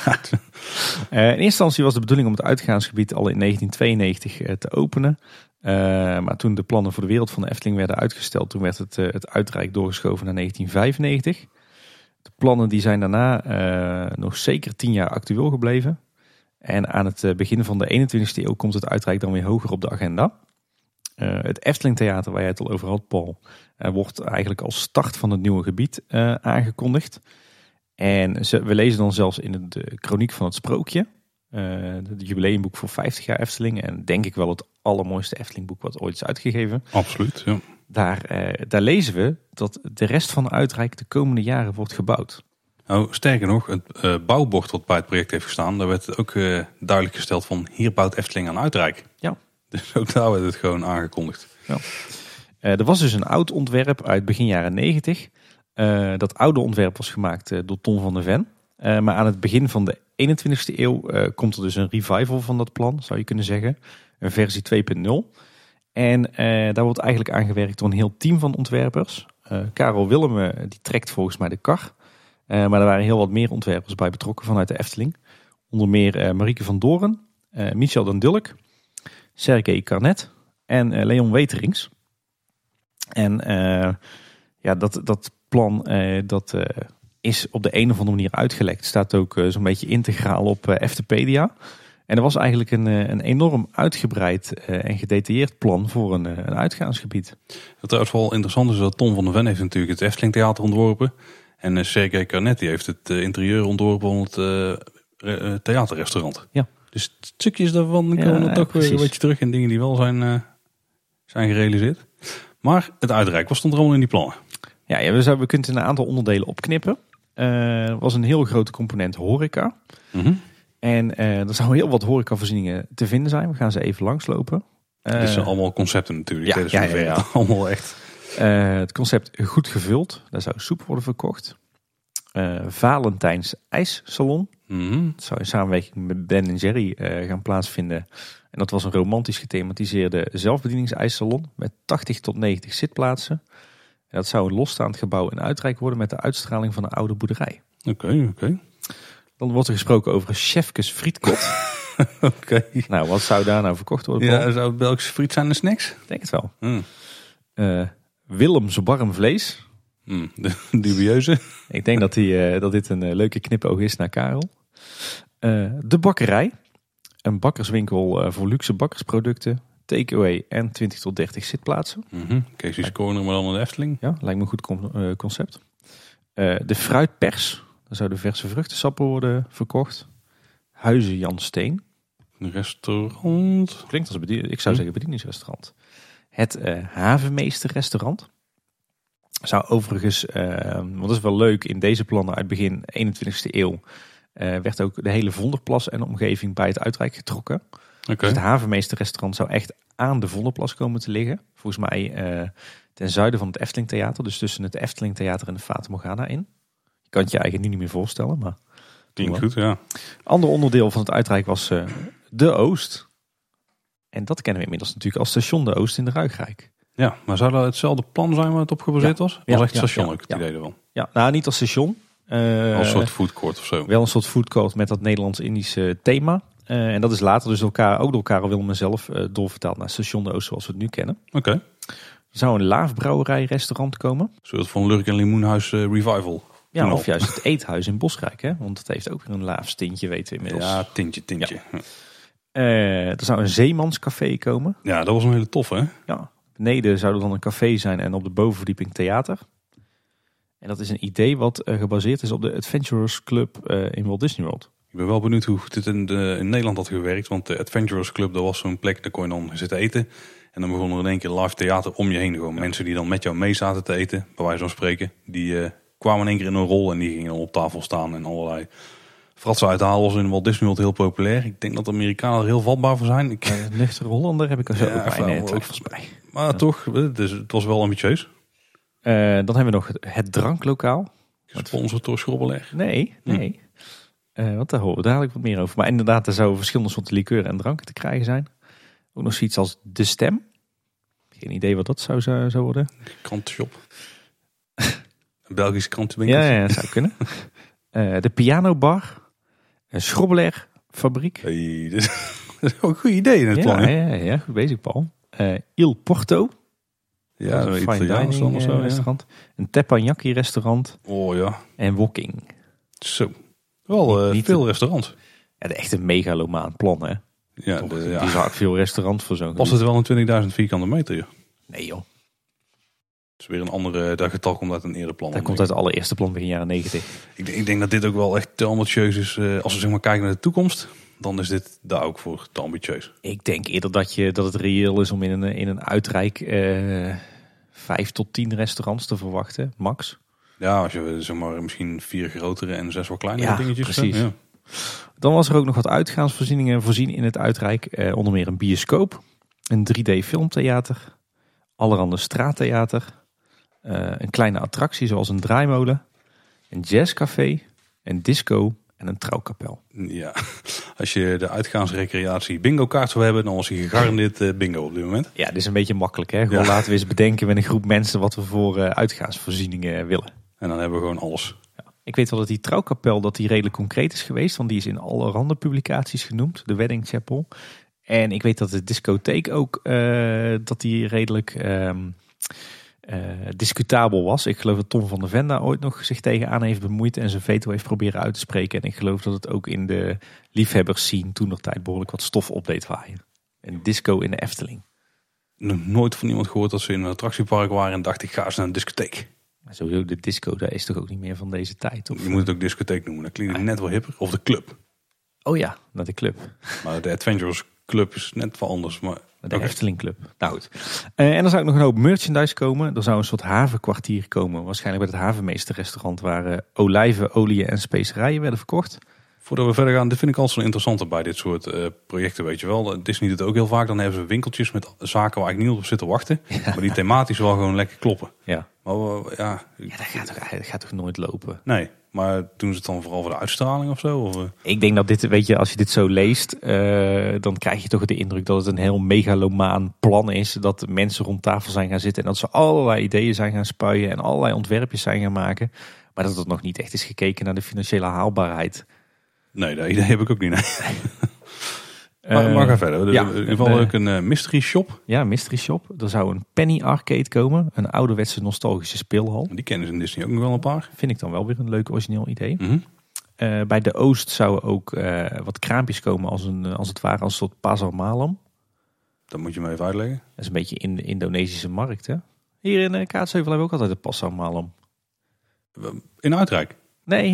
In eerste instantie was de bedoeling om het uitgaansgebied al in 1992 te openen. Maar toen de plannen voor de wereld van de Efteling werden uitgesteld, toen werd het uitreik doorgeschoven naar 1995. De plannen die zijn daarna nog zeker 10 jaar actueel gebleven. En aan het begin van de 21ste eeuw komt het uitreik dan weer hoger op de agenda. Het Efteling Theater, waar jij het al over had, Paul, wordt eigenlijk als start van het nieuwe gebied aangekondigd. En we lezen dan zelfs in de kroniek van het Sprookje, het jubileumboek voor 50 jaar Efteling. En denk ik wel het allermooiste Eftelingboek wat ooit is uitgegeven. Absoluut, ja. Daar lezen we dat de rest van het uitreik de komende jaren wordt gebouwd. Nou, sterker nog, het bouwbord wat bij het project heeft gestaan, daar werd ook duidelijk gesteld van hier bouwt Efteling aan uitreik. Ja. Dus ook daar werd het gewoon aangekondigd. Ja. Er was dus een oud ontwerp uit begin jaren 90. Dat oude ontwerp was gemaakt door Ton van der Ven. Maar aan het begin van de 21ste eeuw komt er dus een revival van dat plan, zou je kunnen zeggen. Een versie 2.0. En daar wordt eigenlijk aan gewerkt door een heel team van ontwerpers. Karel Willemen die trekt volgens mij de kar. Maar er waren heel wat meer ontwerpers bij betrokken vanuit de Efteling. Onder meer Marieke van Doorn, Michel den Dulk, Sergej Carnet en Leon Weterings. En dat plan is op de een of andere manier uitgelekt. Staat ook zo'n beetje integraal op Eftepedia. En er was eigenlijk een enorm uitgebreid en gedetailleerd plan voor een uitgaansgebied. Wat trouwens wel interessant is dat Ton van der Ven heeft natuurlijk het Efteling Theater ontworpen. En Sergej Carnet heeft het interieur ontworpen van het theaterrestaurant. Ja. Dus stukjes daarvan komen er toch weer een beetje terug in dingen die wel zijn gerealiseerd. Maar het uitreik, wat stond er allemaal in die plannen? Ja, we kunnen het in een aantal onderdelen opknippen. Er was een heel grote component horeca. Mm-hmm. En er zouden heel wat horecavoorzieningen te vinden zijn. We gaan ze even langslopen. Dit zijn allemaal concepten natuurlijk. Ja. Allemaal echt. Het concept goed gevuld. Daar zou soep worden verkocht. Valentijns IJssalon. Mm-hmm. Dat zou in samenwerking met Ben & Jerry gaan plaatsvinden. En dat was een romantisch gethematiseerde zelfbedieningsijssalon met 80 tot 90 zitplaatsen. En dat zou een losstaand gebouw en uitreik worden met de uitstraling van een oude boerderij. Oké. Dan wordt er gesproken over een Chefkes frietkot. Oké. Nou, wat zou daar nou verkocht worden? Ja, zou het Belgische friet zijn en snacks? Ik denk het wel. Mm. Willemse barm vlees. De dubieuze. Ik denk dat dit een leuke knipoog is naar Karel. De bakkerij. Een bakkerswinkel voor luxe bakkersproducten. Takeaway en 20 tot 30 zitplaatsen. Mm-hmm. Casey's Corner, maar dan in de Efteling. Ja, lijkt me een goed concept. De fruitpers. Daar zouden verse vruchtensappen worden verkocht. Huizen Jan Steen. Een restaurant. Klinkt als ik zou zeggen bedieningsrestaurant. Het Havenmeester-restaurant. Zou overigens, want dat is wel leuk, in deze plannen uit begin 21ste eeuw werd ook de hele Vonderplas en de omgeving bij het uitreik getrokken. Okay. Dus het Havenmeester-restaurant zou echt aan de Vonderplas komen te liggen. Volgens mij ten zuiden van het Efteling Theater. Dus tussen het Efteling Theater en de Fata Morgana in. Je kan het je eigenlijk niet meer voorstellen, maar... Klinkt goed, ja. Ander onderdeel van het uitreik was de Oost. En dat kennen we inmiddels natuurlijk als station de Oost in de Ruigrijk. Ja, maar zou dat hetzelfde plan zijn waar het op gebaseerd was? Was echt het station ook het idee ervan? Ja, nou niet als station. Als een soort foodcourt of zo. Wel een soort foodcourt met dat Nederlands-Indische thema. En dat is later dus ook door Karel Willemen zelf doorvertaald naar station de Oost zoals we het nu kennen. Oké. Er zou een laafbrouwerij-restaurant komen. Een soort van Lurk en Limoenhuis revival. Ja, of juist het eethuis in Bosrijk. Hè? Want het heeft ook weer een laafstintje, weten we inmiddels. Ja, tintje. Ja. Er zou een zeemanscafé komen. Ja, dat was een hele toffe, hè? Ja. Beneden zou er dan een café zijn en op de bovenverdieping theater. En dat is een idee wat gebaseerd is op de Adventurers Club in Walt Disney World. Ik ben wel benieuwd hoe dit in Nederland had gewerkt. Want de Adventurers Club, dat was zo'n plek, daar kon je dan zitten eten. En dan begon er in één keer live theater om je heen. Gewoon mensen die dan met jou mee zaten te eten, bij wijze van spreken. Die kwamen in één keer in een rol en die gingen dan op tafel staan en allerlei fratsen uithalen. Was in Walt Disney World heel populair. Ik denk dat de Amerikanen er heel vatbaar voor zijn. Nuchter Hollander heb ik er zo ook bij twijfels bij. Maar toch, dus het was wel ambitieus. Dan hebben we nog het dranklokaal. Gesponsord door Schrobbelair. Nee. Want daar horen we dadelijk wat meer over. Maar inderdaad, er zouden verschillende soorten liqueur en dranken te krijgen zijn. Ook nog zoiets als De Stem. Geen idee wat dat zou worden. Krantenshop. Een Belgische krantenwinkel. Ja, dat zou kunnen. De pianobar. Een Schrobbelair-fabriek. Hey, dat is ook een goed idee in het plan. Ja, goed bezig, Paul. Il Porto. Ja, een een fine Italiaans dining of zo. restaurant. Een teppanyaki restaurant. Oh ja. En Woking. Zo. Wel Niet veel restaurants. Ja, echt een megalomaan plan, hè? Ja, Die zag veel restaurants voor zo'n past het wel in 20.000 vierkante meter? Joh. Nee joh. Het is weer een andere, dat getal komt uit een eerder plan. Dat komt uit het allereerste plan begin jaren 90. Ik denk dat dit ook wel echt te ambitieus is. Als we zeg maar kijken naar de toekomst, dan is dit daar ook voor te ambitieus. Ik denk eerder dat het reëel is om in een uitrijk 5 tot 10 restaurants te verwachten, max. Ja, als je zeg maar misschien 4 grotere en 6 wat kleinere dingetjes. Precies. Ja. Dan was er ook nog wat uitgaansvoorzieningen voorzien in het uitrijk. Onder meer een bioscoop, een 3D filmtheater, allerhande straattheater, een kleine attractie zoals een draaimolen, een jazzcafé, een disco en een trouwkapel. Ja, als je de uitgaansrecreatie bingo kaart zou hebben, dan was je gegarandeerd bingo op dit moment. Ja, dit is een beetje makkelijk, hè? Gewoon laten we eens bedenken met een groep mensen wat we voor uitgaansvoorzieningen willen. En dan hebben we gewoon alles. Ja. Ik weet wel dat die trouwkapel dat die redelijk concreet is geweest, want die is in allerhande publicaties genoemd, de Wedding Chapel. En ik weet dat de discotheek ook dat die redelijk discutabel was. Ik geloof dat Tom van der Ven daar ooit nog zich tegenaan heeft bemoeid en zijn veto heeft proberen uit te spreken. En ik geloof dat het ook in de liefhebbersscene toentertijd behoorlijk wat stof op deed waaien. Een disco in de Efteling. Nog nooit van iemand gehoord dat ze in een attractiepark waren en dacht ik ga eens naar een discotheek. Maar sowieso de disco, daar is toch ook niet meer van deze tijd? Of? Je moet het ook discotheek noemen, dat klinkt net wel hipper. Of de club. Oh ja, naar de club. Maar de Adventures Club is net wel anders. Maar de Efteling Club. Nou goed. En er zou ook nog een hoop merchandise komen. Er zou een soort havenkwartier komen. Waarschijnlijk bij het havenmeesterrestaurant waar olijven, oliën en specerijen werden verkocht. Voordat we verder gaan, dit vind ik altijd zo interessant bij dit soort projecten, weet je wel. Disney doet het ook heel vaak. Dan hebben ze winkeltjes met zaken waar ik niet op zit te wachten. Ja. Maar die thematisch wel gewoon lekker kloppen. Ja. Maar dat gaat toch nooit lopen? Nee, maar doen ze het dan vooral voor de uitstraling of zo? Of? Ik denk dat dit, weet je, als je dit zo leest, dan krijg je toch de indruk dat het een heel megalomaan plan is. Dat mensen rond tafel zijn gaan zitten en dat ze allerlei ideeën zijn gaan spuien en allerlei ontwerpjes zijn gaan maken. Maar dat het nog niet echt is gekeken naar de financiële haalbaarheid. Nee, dat idee heb ik ook niet. Nee. Maar ga verder. In ieder geval ook een mystery shop. Ja, mystery shop. Er zou een Penny Arcade komen. Een ouderwetse nostalgische speelhal. Die kennen ze in Disney ook nog wel een paar. Vind ik dan wel weer een leuk origineel idee. Mm-hmm. Bij de Oost zouden ook wat kraampjes komen als het ware als een soort pasar malam. Dat moet je me even uitleggen. Dat is een beetje in de Indonesische markt. Hè? Hier in Kaatsheuvel hebben we ook altijd de pasar malam. In Uitrijk? Nee,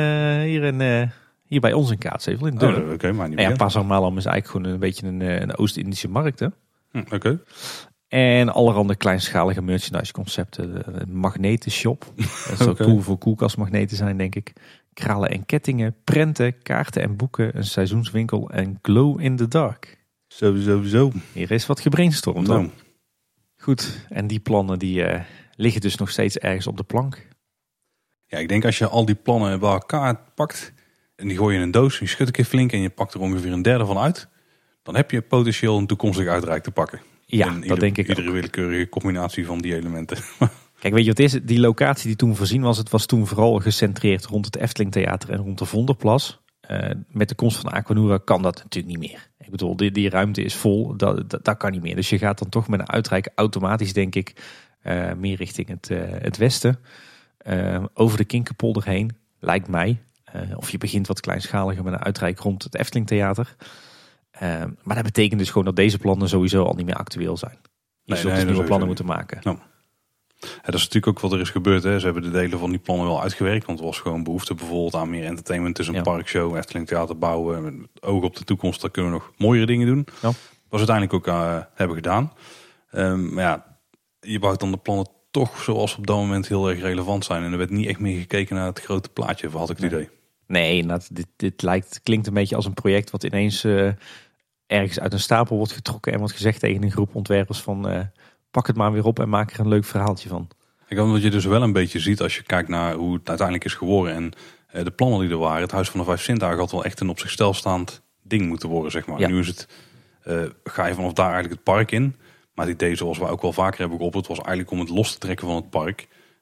hier bij ons in Kaatsheuvel, in Durham. Oké, maar niet meer. Ja, pasar malam is eigenlijk gewoon een beetje een Oost-Indische markt. Hè? Oké. En allerhande kleinschalige merchandise concepten. Een magnetenshop. Dat zou cool voor koelkastmagneten zijn, denk ik. Kralen en kettingen, prenten, kaarten en boeken, een seizoenswinkel en glow in the dark. Zo. Hier is wat gebrainstormd. Nou. Goed, en die plannen die liggen dus nog steeds ergens op de plank. Ja, ik denk als je al die plannen bij elkaar pakt en die gooi je in een doos, je schudt een keer flink en je pakt er ongeveer een derde van uit, dan heb je potentieel een toekomstig uitrijk te pakken. Ja, dat denk ik iedere ook. willekeurige combinatie van die elementen. Kijk, weet je wat het is? Die locatie die toen voorzien was, het was toen vooral gecentreerd rond het Efteling Theater en rond de Vondelplas. Met de komst van Aquanura kan dat natuurlijk niet meer. Ik bedoel, die ruimte is vol, dat kan niet meer. Dus je gaat dan toch met een uitrijk automatisch, denk ik, meer richting het westen. Over de Kinkerpolder heen, lijkt mij. Of je begint wat kleinschaliger met een uitrijk rond het Efteling Theater. Maar dat betekent dus gewoon dat deze plannen sowieso al niet meer actueel zijn. Je zult dus nieuwe plannen moeten maken. Nou. Ja, dat is natuurlijk ook wat er is gebeurd. Hè. Ze hebben de delen van die plannen wel uitgewerkt. Want er was gewoon behoefte bijvoorbeeld aan meer entertainment. Dus een parkshow, Efteling Theater bouwen. Met oog op de toekomst, daar kunnen we nog mooiere dingen doen. Ja. Wat ze uiteindelijk ook hebben gedaan. Maar ja, je bouwt dan de plannen toch zoals op dat moment heel erg relevant zijn. En er werd niet echt meer gekeken naar het grote plaatje, had ik het idee. Nee, dit klinkt een beetje als een project wat ineens ergens uit een stapel wordt getrokken en wordt gezegd tegen een groep ontwerpers van pak het maar weer op en maak er een leuk verhaaltje van. Ik denk dat je dus wel een beetje ziet als je kijkt naar hoe het uiteindelijk is geworden en de plannen die er waren. Het Huis van de Vijf Zintuigen had wel echt een op zichzelf staand ding moeten worden, zeg maar. Ja. Nu is het, ga je vanaf daar eigenlijk het park in. Maar het idee, zoals we ook wel vaker hebben geopperd, was eigenlijk om het los te trekken van het park.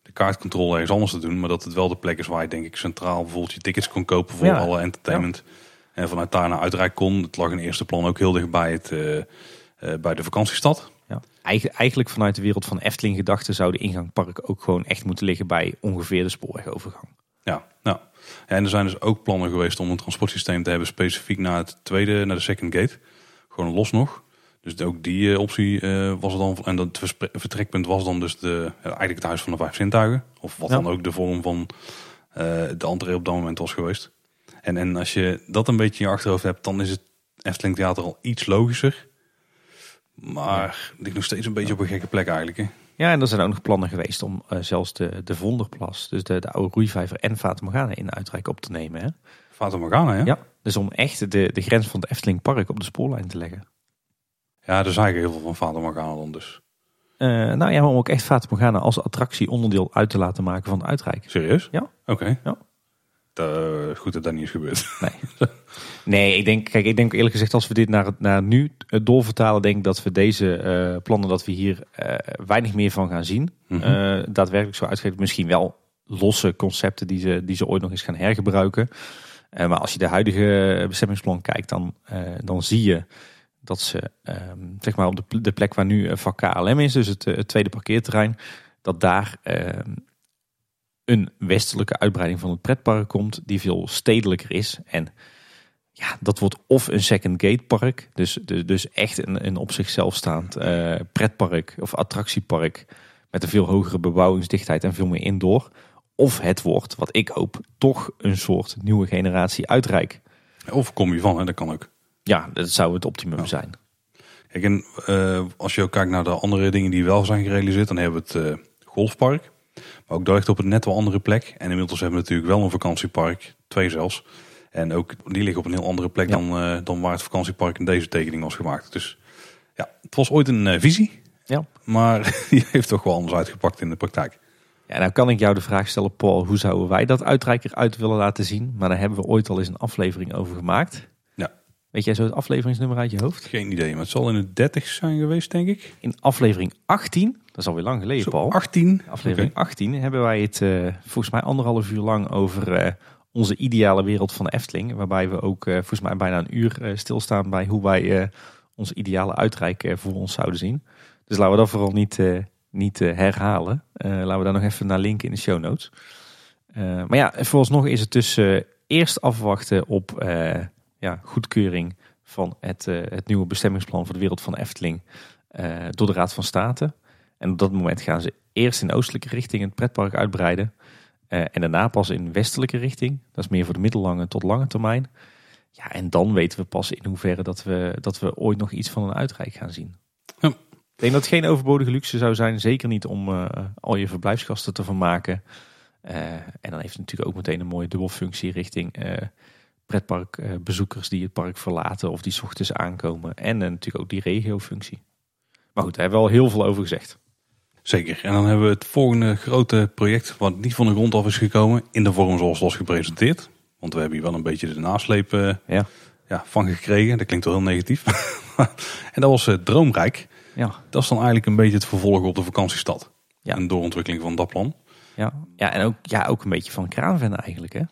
de kaartcontrole ergens anders te doen. Maar dat het wel de plek is waar je denk ik centraal bijvoorbeeld je tickets kon kopen voor alle entertainment. Ja. En vanuit daar naar Uitrijk kon. Het lag in eerste plan ook heel dicht bij bij de vakantiestad. Ja. Eigenlijk vanuit de wereld van Efteling gedachte zou de ingangpark ook gewoon echt moeten liggen bij ongeveer de spoorwegovergang. Ja, nou. Ja, en er zijn dus ook plannen geweest om een transportsysteem te hebben specifiek naar de second gate. Gewoon los nog. Dus ook die optie was er dan. En dat vertrekpunt was dan dus eigenlijk het Huis van de 5 Zintuigen. Of wat dan ook de vorm van de entree op dat moment was geweest. En als je dat een beetje in je achterhoofd hebt, dan is het Efteling Theater al iets logischer. Maar het ligt nog steeds een beetje op een gekke plek eigenlijk. Hè? Ja, en er zijn ook nog plannen geweest om zelfs de Vonderplas, dus de oude roeivijver en Fata Morgana in Uitrijk op te nemen. Hè? Fata Morgana, ja? Ja, dus om echt de grens van het Efteling Park op de spoorlijn te leggen. Ja, er is eigenlijk heel veel van Fata Morgana dan dus. Nou ja, maar om ook echt Fata Morgana als attractie onderdeel uit te laten maken van Uitrijk. Serieus? Ja. Oké. Ja. Goed dat dat niet is gebeurd. Nee, ik denk eerlijk gezegd als we dit naar nu doorvertalen, denk ik dat we deze plannen, dat we hier weinig meer van gaan zien. Mm-hmm. Daadwerkelijk zo uitgeven. Misschien wel losse concepten die ze ooit nog eens gaan hergebruiken. Maar als je de huidige bestemmingsplan kijkt, dan zie je dat ze zeg maar op de plek waar nu vak KLM is, dus het tweede parkeerterrein, dat daar een westelijke uitbreiding van het pretpark komt die veel stedelijker is. En ja, dat wordt of een second gate park, dus echt een op zichzelf staand pretpark of attractiepark met een veel hogere bebouwingsdichtheid en veel meer indoor. Of het wordt, wat ik hoop, toch een soort nieuwe generatie Uitrijk. Of kom je van, hè? Dat kan ook. Ja, dat zou het optimum zijn. Kijk, en als je ook kijkt naar de andere dingen die wel zijn gerealiseerd, dan hebben we het golfpark. Maar ook daar ligt op een net wel andere plek. En inmiddels hebben we natuurlijk wel een vakantiepark, 2 zelfs. En ook die liggen op een heel andere plek dan waar het vakantiepark in deze tekening was gemaakt. Dus ja, het was ooit een visie. Ja. Maar die heeft toch wel anders uitgepakt in de praktijk. Ja, nou kan ik jou de vraag stellen, Paul, hoe zouden wij dat Uitrijk eruit willen laten zien? Maar daar hebben we ooit al eens een aflevering over gemaakt. Ja. Weet jij zo het afleveringsnummer uit je hoofd? Geen idee, maar het zal in de 30 zijn geweest, denk ik. In aflevering 18, dat is alweer lang geleden, Paul. 18? Aflevering 18 hebben wij het volgens mij 1,5 uur lang over onze ideale wereld van de Efteling. Waarbij we ook volgens mij bijna een uur stilstaan bij hoe wij onze ideale Uitrijk voor ons zouden zien. Dus laten we dat vooral niet herhalen. Laten we daar nog even naar linken in de show notes. Maar ja, vooralsnog is het dus eerst afwachten op goedkeuring van het nieuwe bestemmingsplan voor de wereld van de Efteling door de Raad van State. En op dat moment gaan ze eerst in oostelijke richting het pretpark uitbreiden. En daarna pas in westelijke richting. Dat is meer voor de middellange tot lange termijn. Ja, en dan weten we pas in hoeverre dat we ooit nog iets van een Uitrijk gaan zien. Ja. Ik denk dat het geen overbodige luxe zou zijn. Zeker niet om al je verblijfsgasten te vermaken. En dan heeft het natuurlijk ook meteen een mooie dubbelfunctie richting pretparkbezoekers die het park verlaten of die 's ochtends aankomen. En natuurlijk ook die regiofunctie. Maar goed, daar hebben we al heel veel over gezegd. Zeker. En dan hebben we het volgende grote project wat niet van de grond af is gekomen in de vorm zoals het was gepresenteerd. Want we hebben hier wel een beetje de nasleep van gekregen. Dat klinkt wel heel negatief. En dat was Droomrijk. Ja. Dat is dan eigenlijk een beetje het vervolg op de vakantiestad. Ja. Een doorontwikkeling van dat plan. Ja, en ook een beetje van Kraanven eigenlijk, hè?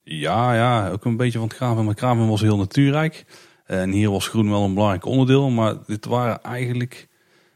Ja, ook een beetje van het Kraanven. Maar Kraanven was heel natuurrijk. En hier was groen wel een belangrijk onderdeel. Maar dit waren eigenlijk...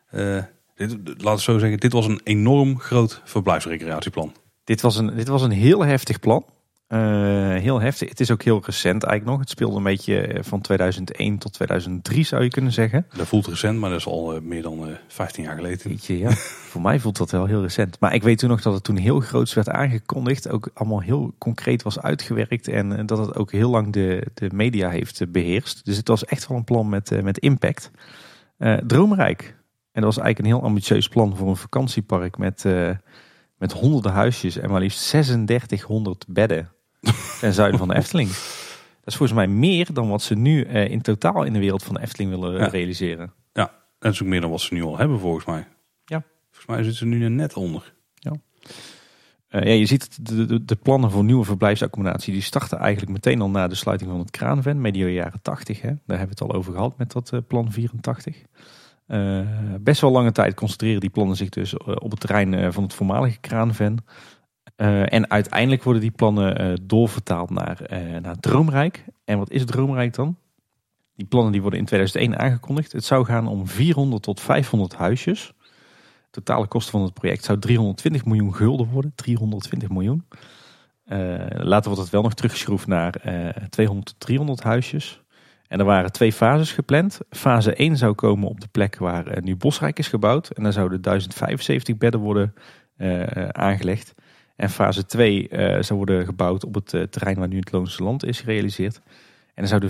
laat ik zo zeggen, dit was een enorm groot verblijfsrecreatieplan. Dit was een heel heftig plan. Heel heftig. Het is ook heel recent eigenlijk nog. Het speelde een beetje van 2001 tot 2003 zou je kunnen zeggen. Dat voelt recent, maar dat is al meer dan 15 jaar geleden. Jeetje, ja. Voor mij voelt dat wel heel recent. Maar ik weet toen nog dat het toen heel groots werd aangekondigd. Ook allemaal heel concreet was uitgewerkt. En dat het ook heel lang de media heeft beheerst. Dus het was echt wel een plan met impact. Droomrijk. En dat was eigenlijk een heel ambitieus plan voor een vakantiepark met honderden huisjes en maar liefst 3600 bedden ten zuiden van de Efteling. Dat is volgens mij meer dan wat ze nu in totaal in de wereld van de Efteling willen realiseren. Ja, dat is ook meer dan wat ze nu al hebben volgens mij. Ja. Volgens mij zitten ze nu net onder. Ja. Je ziet de plannen voor nieuwe verblijfsaccommodatie die starten eigenlijk meteen al na de sluiting van het Kraanven, medio jaren 80. Hè? Daar hebben we het al over gehad met dat plan 84. Best wel lange tijd concentreren die plannen zich dus op het terrein van het voormalige Kraanven. En uiteindelijk worden die plannen doorvertaald naar Droomrijk. En wat is Droomrijk dan? Die plannen die worden in 2001 aangekondigd. Het zou gaan om 400 tot 500 huisjes. De totale kosten van het project zou 320 miljoen gulden worden. 320 miljoen. Later wordt het wel nog teruggeschroefd naar 200 tot 300 huisjes. En er waren 2 fases gepland. Fase 1 zou komen op de plek waar nu Bosrijk is gebouwd. En daar zouden 1075 bedden worden aangelegd. En fase 2 zou worden gebouwd op het terrein waar nu het Loonse Land is gerealiseerd. En er zouden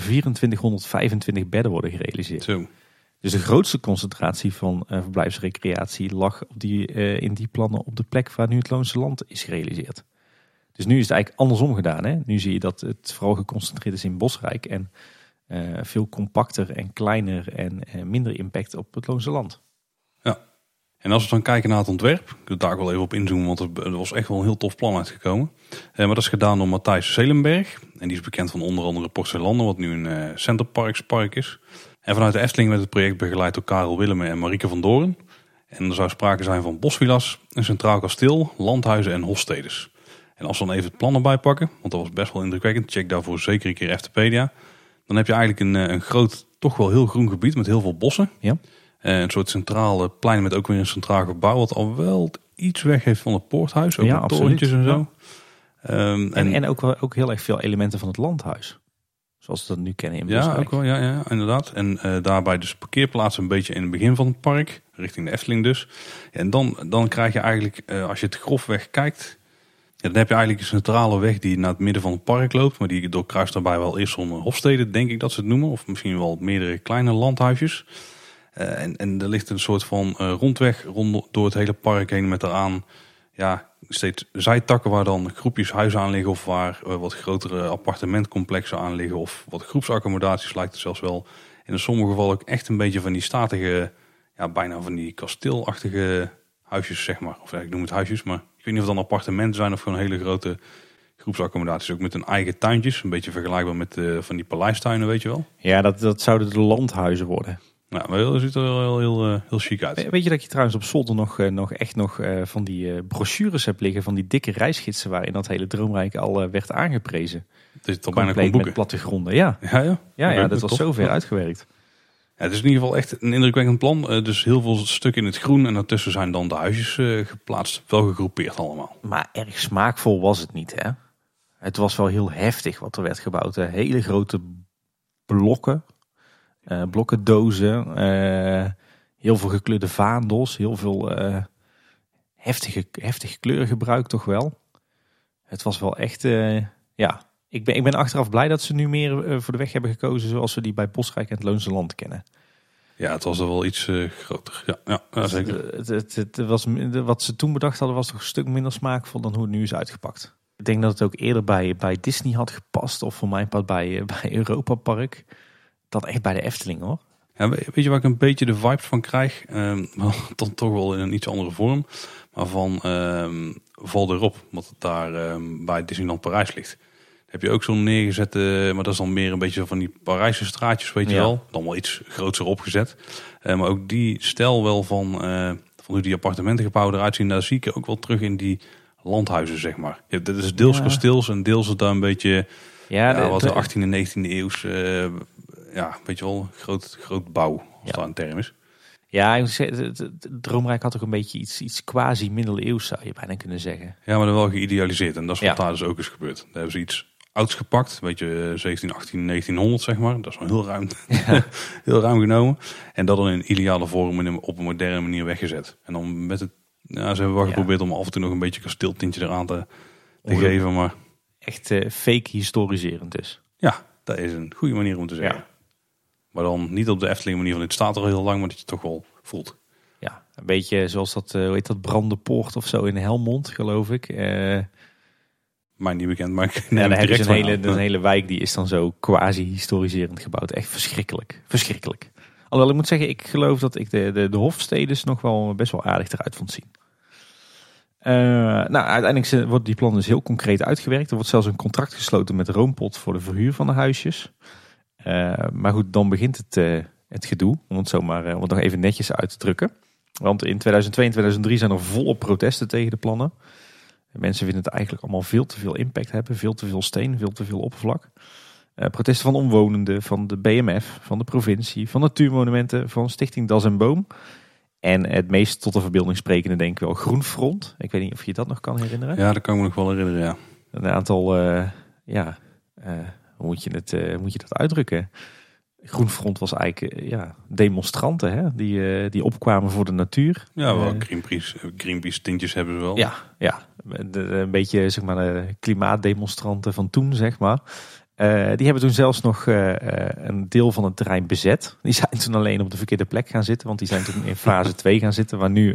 2425 bedden worden gerealiseerd. Zo. Dus de grootste concentratie van verblijfsrecreatie lag in die plannen op de plek waar nu het Loonse Land is gerealiseerd. Dus nu is het eigenlijk andersom gedaan. Hè? Nu zie je dat het vooral geconcentreerd is in Bosrijk en veel compacter en kleiner en minder impact op het Loonse Land. Ja. En als we dan kijken naar het ontwerp, ik wil daar ook wel even op inzoomen, want er was echt wel een heel tof plan uitgekomen. Maar dat is gedaan door Matthijs Zeelenberg. En die is bekend van onder andere Portselanden, wat nu een Centerparkspark is. En vanuit de Efteling werd het project begeleid door Karel Willemen en Marieke van Doorn. En er zou sprake zijn van bosvilla's, een centraal kasteel, landhuizen en hofstedes. En als we dan even het plan erbij pakken, want dat was best wel indrukwekkend, check daarvoor zeker een keer Eftepedia. Dan heb je eigenlijk een groot, toch wel heel groen gebied met heel veel bossen. Ja. Een soort centrale plein met ook weer een centraal gebouw, wat al wel iets weg heeft van het poorthuis. Ook met torentjes en zo. Ja. En ook heel erg veel elementen van het landhuis. Zoals we dat nu kennen in Bosrijk. Ja, ook wel, ja, inderdaad. En daarbij dus parkeerplaatsen een beetje in het begin van het park. Richting de Efteling dus. En dan krijg je eigenlijk, als je het grofweg kijkt, dan heb je eigenlijk een centrale weg die naar het midden van het park loopt. Maar die doorkruist daarbij wel eerst zo'n hofsteden, denk ik dat ze het noemen. Of misschien wel meerdere kleine landhuisjes. En er ligt een soort van rondweg door het hele park heen met daaraan steeds zijtakken waar dan groepjes huizen aan liggen. Of waar wat grotere appartementcomplexen aan liggen. Of wat groepsaccommodaties lijkt het zelfs wel. En in sommige gevallen ook echt een beetje van die statige, bijna van die kasteelachtige huisjes, zeg maar. Of ik noem het huisjes, maar ik weet niet of het dan appartementen zijn of gewoon hele grote groepsaccommodaties. Ook met hun eigen tuintjes. Een beetje vergelijkbaar met van die paleistuinen, weet je wel. Ja, dat zouden de landhuizen worden. Nou, maar dat ziet er wel heel chic uit. Weet je dat je trouwens op zolder nog van die brochures hebt liggen, van die dikke reisgidsen waarin dat hele Droomrijk al werd aangeprezen. Het is toch bijna boeken. Met plattegronden, ja. Ja, dat was zo ver uitgewerkt. Ja, het is in ieder geval echt een indrukwekkend plan. Dus heel veel stukken in het groen en daartussen zijn dan de huisjes geplaatst. Wel gegroepeerd allemaal. Maar erg smaakvol was het niet, hè? Het was wel heel heftig wat er werd gebouwd. Hele grote blokken. Blokkendozen, heel veel gekleurde vaandels, heel veel heftige kleurengebruik toch wel. Het was wel echt, ik ben achteraf blij dat ze nu meer voor de weg hebben gekozen zoals we die bij Bosrijk en het Loonse Land kennen. Ja, het was er wel iets groter. Ja, zeker. Wat ze toen bedacht hadden was toch een stuk minder smaakvol dan hoe het nu is uitgepakt. Ik denk dat het ook eerder bij Disney had gepast of voor mijn part bij Europa Park. Dan echt bij de Efteling, hoor. Ja, weet je waar ik een beetje de vibe van krijg? Dan toch wel in een iets andere vorm. Maar van Val d'Europe, wat daar bij Disneyland Parijs ligt. Heb je ook zo'n neergezette, maar dat is dan meer een beetje van die Parijse straatjes, weet je wel. Dan wel iets groter opgezet. Maar ook die stijl wel van hoe die appartementengebouwen eruit zien. Daar zie ik ook wel terug in die landhuizen, zeg maar. Dat is deels kasteels en deels het daar een beetje wat de 18e en 19e eeuws... weet je wel, groot bouw, als dat een term is. Ja, het Droomrijk had ook een beetje iets quasi-middeleeuws, zou je bijna kunnen zeggen. Ja, maar dan wel geïdealiseerd. En dat is wat daar dus ook is gebeurd. Daar hebben ze iets ouds gepakt, een beetje 17, 18, 1900 zeg maar. Dat is wel heel ruim, heel ruim genomen. En dat dan in ideale vorm op een moderne manier weggezet. En dan met het, ze hebben wel geprobeerd om af en toe nog een beetje kasteeltintje eraan te geven. Maar echt fake historiserend dus. Ja, dat is een goede manier om te zeggen. Ja. Maar dan niet op de Efteling manier van dit staat er al heel lang, maar dat je het toch wel voelt. Ja, een beetje zoals dat, hoe heet dat, Brandenpoort of zo in Helmond, geloof ik. Mij niet bekend, maar ik neem direct een hele wijk die is dan zo quasi-historiserend gebouwd. Echt verschrikkelijk. Verschrikkelijk. Alhoewel ik moet zeggen, ik geloof dat ik de hofstedes nog wel best wel aardig eruit vond zien. Uiteindelijk wordt die plan dus heel concreet uitgewerkt. Er wordt zelfs een contract gesloten met Roompot voor de verhuur van de huisjes. Maar goed, dan begint het gedoe. Om het nog even netjes uit te drukken. Want in 2002 en 2003 zijn er volop protesten tegen de plannen. Mensen vinden het eigenlijk allemaal veel te veel impact hebben. Veel te veel steen, veel te veel oppervlak. Protesten van omwonenden, van de BMF, van de provincie, van natuurmonumenten, van Stichting Das en Boom. En het meest tot de verbeelding sprekende denk ik wel Groenfront. Ik weet niet of je dat nog kan herinneren. Ja, dat kan ik me nog wel herinneren, ja. Een aantal, hoe moet je dat uitdrukken? Groenfront was eigenlijk demonstranten hè? Die opkwamen voor de natuur. Ja, wel Greenpeace tintjes hebben ze wel. Ja, een beetje zeg maar de klimaatdemonstranten van toen, zeg maar. Die hebben toen zelfs nog een deel van het terrein bezet. Die zijn toen alleen op de verkeerde plek gaan zitten. Want die zijn toen in fase 2 gaan zitten. Waar nu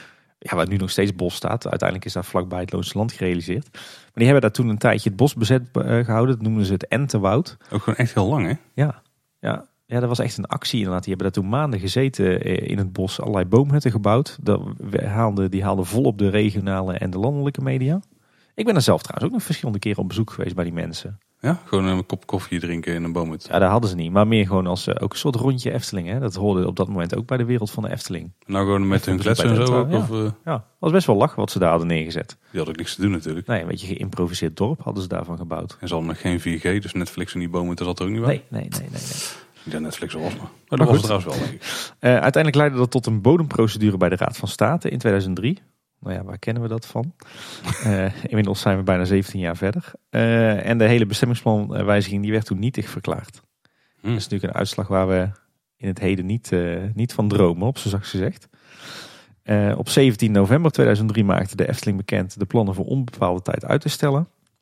nog steeds bos staat. Uiteindelijk is daar vlakbij het Loonse Land gerealiseerd. Maar die hebben daar toen een tijdje het bos bezet gehouden. Dat noemden ze het Entenwoud. Ook gewoon echt heel lang, hè? Ja, dat was echt een actie inderdaad. Die hebben daar toen maanden gezeten in het bos. Allerlei boomhutten gebouwd. Die haalden volop de regionale en de landelijke media. Ik ben er zelf trouwens ook nog verschillende keren op bezoek geweest bij die mensen. Ja, gewoon een kop koffie drinken in een boomhut. Ja, dat hadden ze niet. Maar meer gewoon als ook een soort rondje Efteling. Hè? Dat hoorde op dat moment ook bij de wereld van de Efteling. Nou, gewoon met hun kletsen en zo ook? Ja, was best wel lachen wat ze daar hadden neergezet. Die had ook niks te doen natuurlijk. Nee, een beetje geïmproviseerd dorp hadden ze daarvan gebouwd. En ze hadden nog geen 4G, dus Netflix en die boomhut zat er ook niet bij. Nee. Ja, Netflix was maar dat was het trouwens wel, denk ik. Uiteindelijk leidde dat tot een bodemprocedure bij de Raad van State in 2003. Nou ja, waar kennen we dat van? Inmiddels zijn we bijna 17 jaar verder. En de hele bestemmingsplanwijziging die werd toen nietig verklaard. Dat is natuurlijk een uitslag waar we in het heden niet van dromen, op zo zacht gezegd. Op 17 november 2003 maakte de Efteling bekend de plannen voor onbepaalde tijd uit te stellen.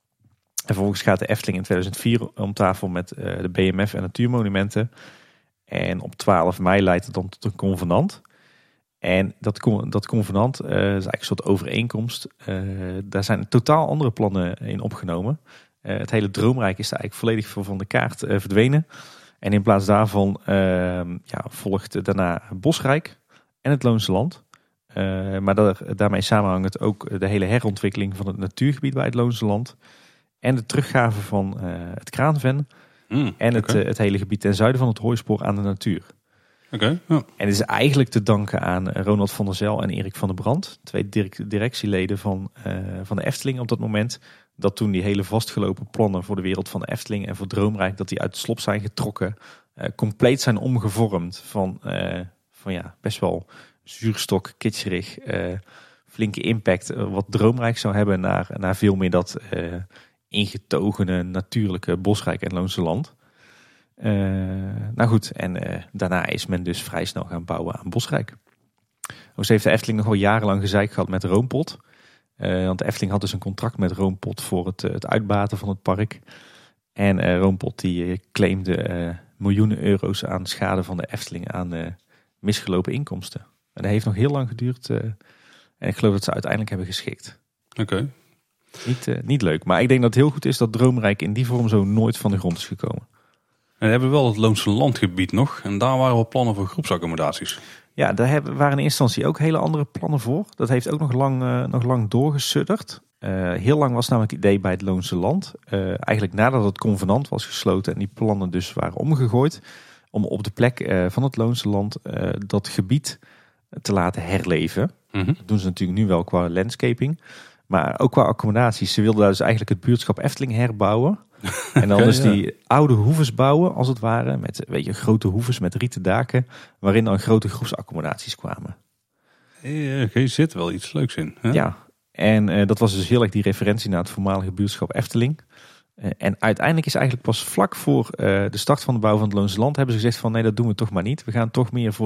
En vervolgens gaat de Efteling in 2004 om tafel met de BMF en natuurmonumenten. En op 12 mei leidt het dan tot een convenant. En dat convenant is eigenlijk een soort overeenkomst. Daar zijn totaal andere plannen in opgenomen. Het hele Droomrijk is daar eigenlijk volledig van de kaart verdwenen. En in plaats daarvan volgt daarna Bosrijk en het Loonse Land. Maar daarmee samenhangt ook de hele herontwikkeling van het natuurgebied bij het Loonse Land. En de teruggave van het Kraanven. En het hele gebied ten zuiden van het Hooispoor aan de natuur. Ja. En het is eigenlijk te danken aan Ronald van der Zijl en Erik van der Brand. 2 directieleden van de Efteling op dat moment. Dat toen die hele vastgelopen plannen voor de wereld van de Efteling en voor Droomrijk, dat die uit de slop zijn getrokken. Compleet zijn omgevormd van best wel zuurstok, kitscherig, flinke impact. Wat Droomrijk zou hebben naar veel meer dat ingetogene natuurlijke Bosrijk en Loonse Land. Daarna is men dus vrij snel gaan bouwen aan Bosrijk. Ook heeft de Efteling nog wel jarenlang gezeik gehad met Roompot. Want de Efteling had dus een contract met Roompot voor het uitbaten van het park. En Roompot die claimde miljoenen euro's aan schade van de Efteling aan misgelopen inkomsten. En dat heeft nog heel lang geduurd. En ik geloof dat ze uiteindelijk hebben geschikt. Oké. Niet leuk, maar ik denk dat het heel goed is dat Droomrijk in die vorm zo nooit van de grond is gekomen. En we hebben wel het Loonse Landgebied nog. En daar waren wel plannen voor groepsaccommodaties. Ja, daar waren in eerste instantie ook hele andere plannen voor. Dat heeft ook nog lang doorgesudderd. Heel lang was namelijk het idee bij het Loonse Land. Eigenlijk nadat het convenant was gesloten en die plannen dus waren omgegooid. Om op de plek van het Loonse Land dat gebied te laten herleven. Mm-hmm. Dat doen ze natuurlijk nu wel qua landscaping. Maar ook qua accommodaties. Ze wilden dus eigenlijk het buurtschap Efteling herbouwen. En dan dus die oude hoeves bouwen, als het ware. Met grote hoeves met rieten daken. Waarin dan grote groepsaccommodaties kwamen. Er zit wel iets leuks in. Hè? Ja, en dat was dus heel erg die referentie naar het voormalige buurtschap Efteling. En uiteindelijk is eigenlijk pas vlak voor de start van de bouw van het Loonse Land hebben ze gezegd van nee, dat doen we toch maar niet. We gaan toch meer voor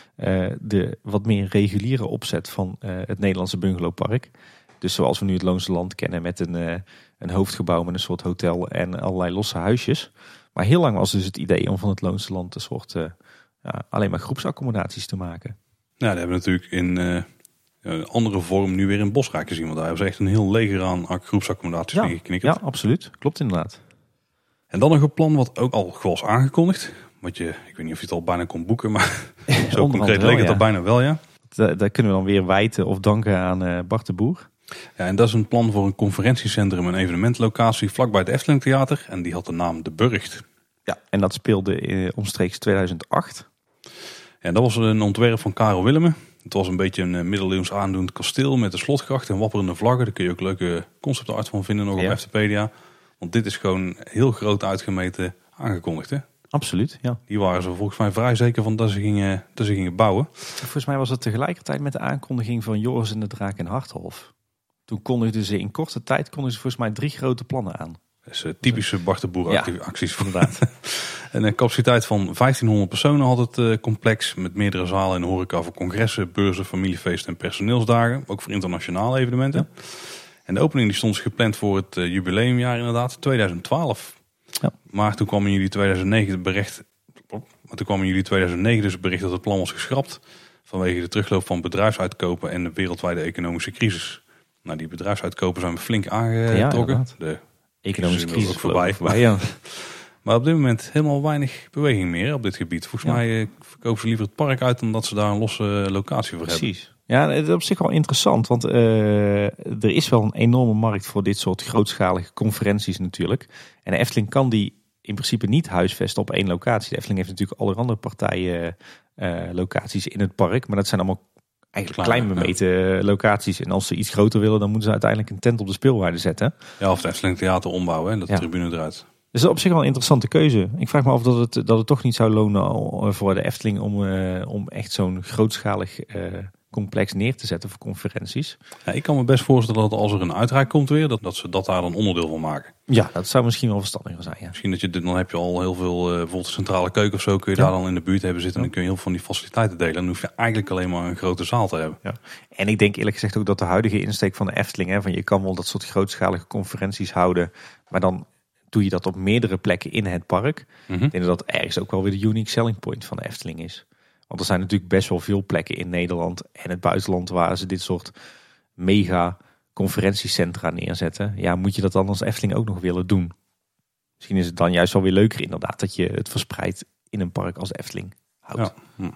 de wat meer reguliere opzet van het Nederlandse bungalowpark. Dus zoals we nu het Loonse Land kennen met een hoofdgebouw met een soort hotel en allerlei losse huisjes. Maar heel lang was dus het idee om van het Loonse Land een soort alleen maar groepsaccommodaties te maken. Nou, dat hebben we natuurlijk in een andere vorm nu weer in Bosrijk gezien. Want daar hebben ze echt een heel leger aan groepsaccommodaties mee geknikkerd. Ja, absoluut. Klopt inderdaad. En dan nog een plan wat ook al was aangekondigd. Ik weet niet of je het al bijna kon boeken, maar zo concreet leek het al bijna wel, ja. Daar kunnen we dan weer wijten of danken aan Bart de Boer. Ja, en dat is een plan voor een conferentiecentrum en evenementlocatie vlakbij het Efteling Theater. En die had de naam De Burgt. Ja, en dat speelde omstreeks 2008. En dat was een ontwerp van Karel Willemen. Het was een beetje een middeleeuws aandoend kasteel met een slotgracht en wapperende vlaggen. Daar kun je ook leuke concept art van vinden nog op Eftepedia. Want dit is gewoon heel groot uitgemeten aangekondigd, hè? Absoluut, ja. Die waren ze volgens mij vrij zeker van dat ze gingen bouwen. Volgens mij was het tegelijkertijd met de aankondiging van Joris en de Draak en Harthof. Toen kondigden ze in korte tijd volgens mij 3 grote plannen aan. Dat is typische Bart de Boer acties. Inderdaad. En een capaciteit van 1500 personen had het complex. Met meerdere zalen en horeca voor congressen, beurzen, familiefeesten en personeelsdagen. Ook voor internationale evenementen. Ja. En de opening die stond gepland voor het jubileumjaar inderdaad, 2012. Ja. Maar toen kwam in juli 2009 dus het bericht dat het plan was geschrapt. Vanwege de terugloop van bedrijfsuitkopen en de wereldwijde economische crisis. Nou, die bedrijfsuitkopen zijn we flink aangetrokken. De economische crisis ook voorbij. Ja. Maar op dit moment helemaal weinig beweging meer op dit gebied. Volgens mij verkopen ze liever het park uit dan dat ze daar een losse locatie voor hebben. Precies. Ja, het is op zich wel interessant, want er is wel een enorme markt voor dit soort grootschalige conferenties natuurlijk. En de Efteling kan die in principe niet huisvesten op 1 locatie. De Efteling heeft natuurlijk allerhande partijen locaties in het park, maar dat zijn allemaal eigenlijk klein bemeten locaties. En als ze iets groter willen, dan moeten ze uiteindelijk een tent op de speelwaarde zetten. Ja, of het Efteling Theater ombouwen en de tribune eruit. Dus dat is op zich wel een interessante keuze. Ik vraag me af dat het toch niet zou lonen voor de Efteling om echt zo'n grootschalig complex neer te zetten voor conferenties. Ja, ik kan me best voorstellen dat als er een uitreik komt weer, dat ze dat daar dan onderdeel van maken. Ja, dat zou misschien wel verstandiger zijn. Ja. Misschien dan heb je al heel veel, bijvoorbeeld de centrale keuken of zo, kun je daar dan in de buurt hebben zitten. En dan kun je heel veel van die faciliteiten delen. Dan hoef je eigenlijk alleen maar een grote zaal te hebben. Ja. En ik denk eerlijk gezegd ook dat de huidige insteek van de Efteling, van je kan wel dat soort grootschalige conferenties houden, maar dan doe je dat op meerdere plekken in het park. Ik denk dat ergens ook wel weer de unique selling point van de Efteling is. Want er zijn natuurlijk best wel veel plekken in Nederland en het buitenland waar ze dit soort mega conferentiecentra neerzetten. Ja, moet je dat dan als Efteling ook nog willen doen? Misschien is het dan juist wel weer leuker inderdaad dat je het verspreidt in een park als Efteling houdt. Ja.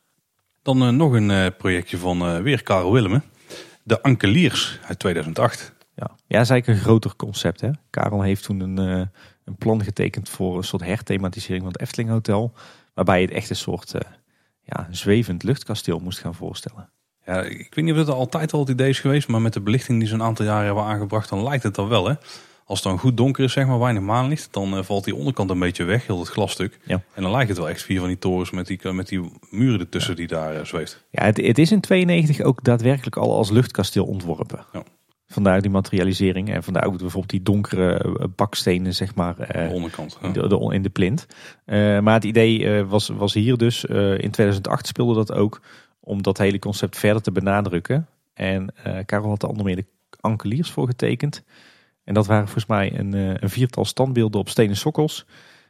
Dan nog een projectje van weer Karel Willemen. De Ankeliers uit 2008. Ja, is eigenlijk een groter concept. Hè? Karel heeft toen een plan getekend voor een soort herthematisering van het Efteling Hotel. Waarbij je het echt een soort zwevend luchtkasteel moest gaan voorstellen. Ja, ik weet niet of het altijd al het idee is geweest, maar met de belichting die ze een aantal jaren hebben aangebracht, dan lijkt het dan wel. Hè? Als het dan goed donker is, zeg maar, weinig maanlicht, dan valt die onderkant een beetje weg, heel het glasstuk. Ja. En dan lijkt het wel echt 4 van die torens met die muren ertussen die daar zweeft. Ja, het is in 92 ook daadwerkelijk al als luchtkasteel ontworpen. Ja. Vandaar die materialisering en vandaar ook bijvoorbeeld die donkere bakstenen, zeg maar. De onderkant. In de plint. Maar het idee was hier dus, in 2008 speelde dat ook, om dat hele concept verder te benadrukken. En Karel had er onder meer de Ankeliers voor getekend. En dat waren volgens mij een 4-tal standbeelden op stenen sokkels.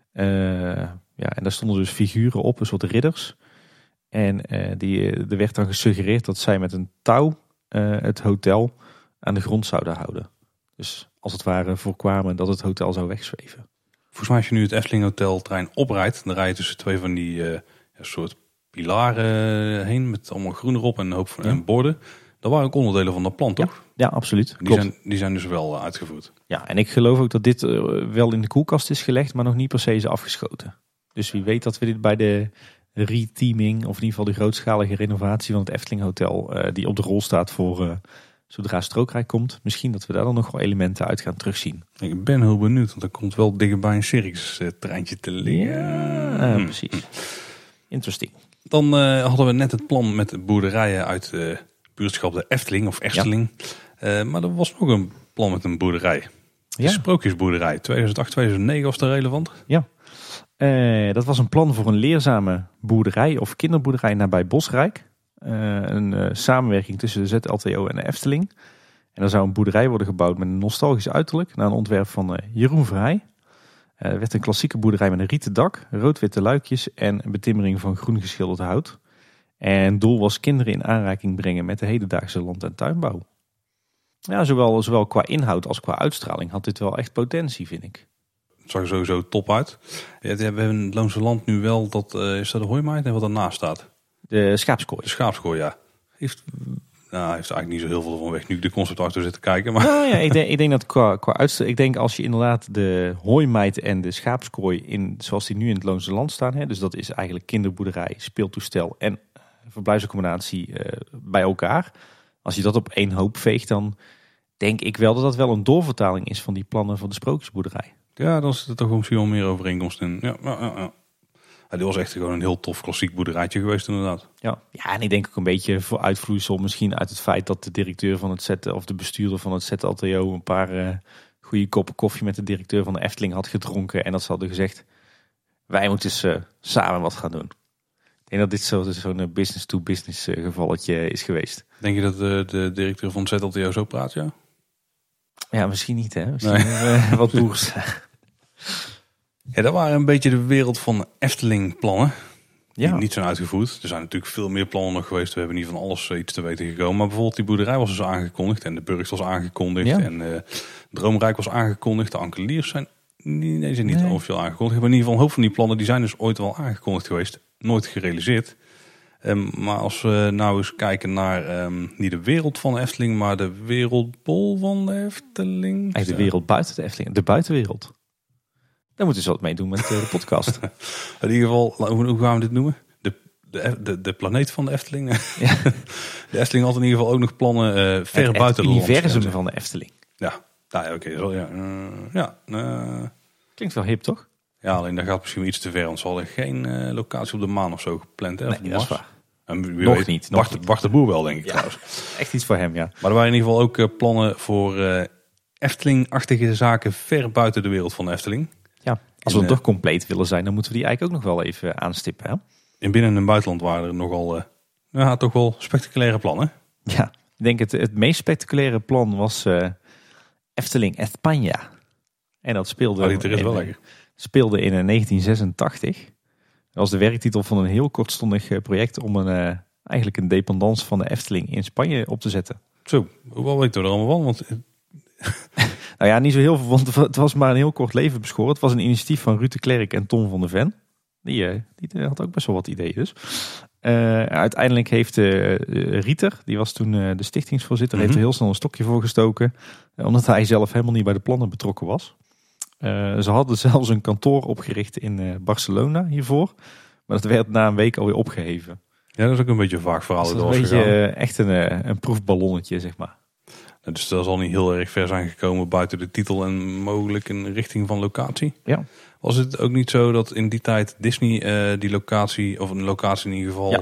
En daar stonden dus figuren op, een soort ridders. En er werd dan gesuggereerd dat zij met een touw het hotel aan de grond zouden houden. Dus als het ware voorkwamen dat het hotel zou wegzweven. Volgens mij als je nu het Efteling Hotel trein oprijdt, dan rij je tussen 2 van die soort pilaren heen met allemaal groen erop en een hoop van borden. Dat waren ook onderdelen van dat plan, toch? Ja, absoluut. Die zijn dus wel uitgevoerd. Ja, en ik geloof ook dat dit wel in de koelkast is gelegd, maar nog niet per se is afgeschoten. Dus wie weet dat we dit bij de reteaming, of in ieder geval de grootschalige renovatie van het Efteling Hotel, die op de rol staat voor zodra Strookrijk komt, misschien dat we daar dan nog wel elementen uit gaan terugzien. Ik ben heel benieuwd, want er komt wel dichtbij een circus treintje te liggen. Ja, precies. Interesting. Dan hadden we net het plan met boerderijen uit buurtschap de Efteling of Efteling. Ja. Maar er was nog een plan met een boerderij. De Sprookjesboerderij. 2008-2009 was dat relevant? Ja. Dat was een plan voor een leerzame boerderij of kinderboerderij nabij Bosrijk. Een samenwerking tussen de ZLTO en de Efteling. En er zou een boerderij worden gebouwd met een nostalgisch uiterlijk naar een ontwerp van Jeroen Verheij. Er werd een klassieke boerderij met een rieten dak, rood-witte luikjes en een betimmering van groen geschilderd hout. En het doel was kinderen in aanraking brengen met de hedendaagse land- en tuinbouw. Ja, zowel qua inhoud als qua uitstraling had dit wel echt potentie, vind ik. Het zag er sowieso top uit. Ja, we hebben in het Loonse Land nu wel, is dat de hooimaait en wat daarnaast staat? De schaapskooi. De schaapskooi, ja. Heeft hij heeft eigenlijk niet zo heel veel van weg nu ik de concept art zit te kijken. Maar... Nou ja, ik denk dat qua uitstoot... Ik denk als je inderdaad de hooimijt en de schaapskooi zoals die nu in het Loonse Land staan. Hè, dus dat is eigenlijk kinderboerderij, speeltoestel en verblijfsaccommodatie bij elkaar. Als je dat op één hoop veegt, dan denk ik wel dat dat wel een doorvertaling is van die plannen van de sprookjesboerderij. Ja, dan zit er toch misschien wel meer overeenkomst in. Ja. Ja, dit was echt gewoon een heel tof klassiek boerderijtje geweest inderdaad. Ja, en ik denk ook een beetje voor uitvloeisel misschien uit het feit dat de directeur van het zetten of de bestuurder van het ZLTO een paar goede koppen koffie met de directeur van de Efteling had gedronken. En dat ze hadden gezegd, wij moeten eens samen wat gaan doen. Ik denk dat dit zo'n business-to-business gevalletje is geweest. Denk je dat de directeur van het ZLTO zo praat, ja? Ja, misschien niet, hè? Misschien wat boers. Ja, dat waren een beetje de wereld van Efteling plannen. Die Ja. niet zijn uitgevoerd. Er zijn natuurlijk veel meer plannen nog geweest. We hebben niet van alles iets te weten gekomen. Maar bijvoorbeeld die boerderij was dus aangekondigd. En de Burgt was aangekondigd. Ja. En Droomrijk was aangekondigd. De Ankeliers zijn niet officieel aangekondigd. Maar in ieder geval een hoop van die plannen die zijn dus ooit wel aangekondigd geweest. Nooit gerealiseerd. Maar als we nou eens kijken naar niet de wereld van de Efteling, maar de wereldbol van de Efteling. Eigenlijk de wereld buiten de Efteling. De buitenwereld. Daar moeten ze wat mee doen met de podcast. In ieder geval, hoe gaan we dit noemen? De planeet van de Efteling. Ja. De Efteling had in ieder geval ook nog plannen ver buiten het de universum van de Efteling. Ja, oké. Klinkt wel hip, toch? Ja, alleen dat gaat misschien iets te ver. Want ze hadden geen locatie op de maan of zo gepland. Hè, Nee, dat is waar. En Nog niet. Bart de Boer wel, denk ik trouwens. Echt iets voor hem, ja. Maar er waren in ieder geval ook plannen voor Efteling-achtige zaken ver buiten de wereld van de Efteling. Ja, als we toch compleet willen zijn, dan moeten we die eigenlijk ook nog wel even aanstippen. Hè? In binnen- en buitenland waren er nogal toch wel spectaculaire plannen. Ja, ik denk het meest spectaculaire plan was Efteling España. En dat speelde, speelde in 1986. Dat was de werktitel van een heel kortstondig project om eigenlijk een dependance van de Efteling in Spanje op te zetten. Zo, wat weten we er allemaal van? Want... Nou ja, niet zo heel veel, want het was maar een heel kort leven beschoren. Het was een initiatief van Ruud de Klerk en Tom van de Ven. Die had ook best wel wat ideeën dus. Uiteindelijk heeft Rieter, die was toen de stichtingsvoorzitter, heeft er heel snel een stokje voor gestoken. Omdat hij zelf helemaal niet bij de plannen betrokken was. Ze hadden zelfs een kantoor opgericht in Barcelona hiervoor. Maar dat werd na een week alweer opgeheven. Ja, dat is ook een beetje een vaag verhaal. Dat is een beetje echt een proefballonnetje, zeg maar. Dus dat zal niet heel erg ver zijn gekomen buiten de titel en mogelijk in richting van locatie. Ja. Was het ook niet zo dat in die tijd Disney die locatie, of een locatie in ieder geval,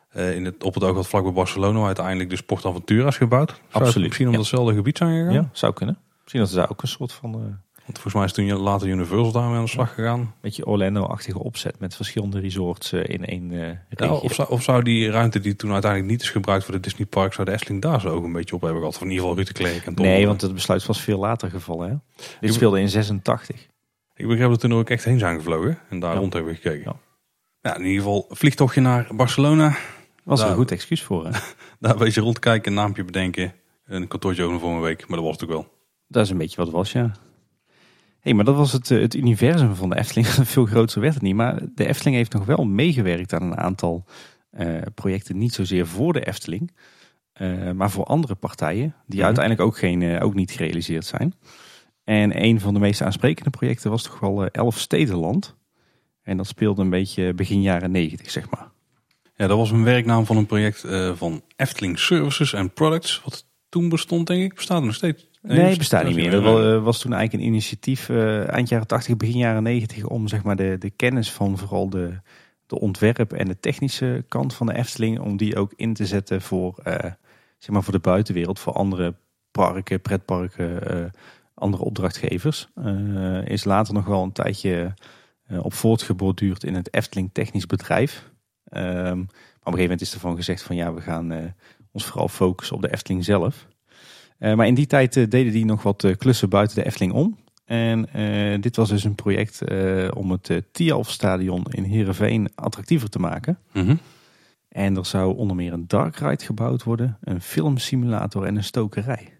op het oog had vlak bij Barcelona uiteindelijk de Sport Aventura's gebouwd? Absoluut. Misschien om datzelfde gebied zijn gegaan? Ja, zou kunnen. Misschien dat ze daar ook een soort van... Want volgens mij is toen later Universal daarmee aan de slag gegaan. Een beetje Orlando-achtige opzet met verschillende resorts in één regio. Ja, of zou die ruimte die toen uiteindelijk niet is gebruikt voor de Disney Park, zou de Efteling daar zo ook een beetje op hebben gehad? Of in ieder geval Ruud de Klerk en Tom. Nee, want het besluit was veel later gevallen. Hè? Dit speelde in 86. Ik begreep dat toen ook echt heen zijn gevlogen en daar rond hebben gekeken. Ja, in ieder geval vliegtochtje naar Barcelona. Was er een goed excuus voor. Hè? Daar een beetje rondkijken, een naampje bedenken. Een kantoortje over voor een week, maar dat was het ook wel. Dat is een beetje wat het was, ja. Hey, maar dat was het universum van de Efteling. Veel groter werd het niet. Maar de Efteling heeft nog wel meegewerkt aan een aantal projecten. Niet zozeer voor de Efteling, maar voor andere partijen. Die uiteindelijk ook niet gerealiseerd zijn. En een van de meest aansprekende projecten was toch wel Elfstedenland. En dat speelde een beetje begin jaren 90, zeg maar. Ja, dat was een werknaam van een project van Efteling Services and Products. Wat toen bestond, denk ik. Bestaat er nog steeds? Nee, bestaat niet meer. Dat was toen eigenlijk een initiatief eind jaren 80, begin jaren 90... om zeg maar de kennis van vooral de ontwerp en de technische kant van de Efteling... om die ook in te zetten voor de buitenwereld, voor andere parken, pretparken, andere opdrachtgevers. Is later nog wel een tijdje op voortgeborduurd in het Efteling Technisch Bedrijf. Maar op een gegeven moment is ervan gezegd van ja, we gaan ons vooral focussen op de Efteling zelf... Maar in die tijd deden die nog wat klussen buiten de Efteling om. En dit was dus een project om het Tialf-stadion in Heerenveen attractiever te maken. Mm-hmm. En er zou onder meer een dark ride gebouwd worden, een filmsimulator en een stokerij.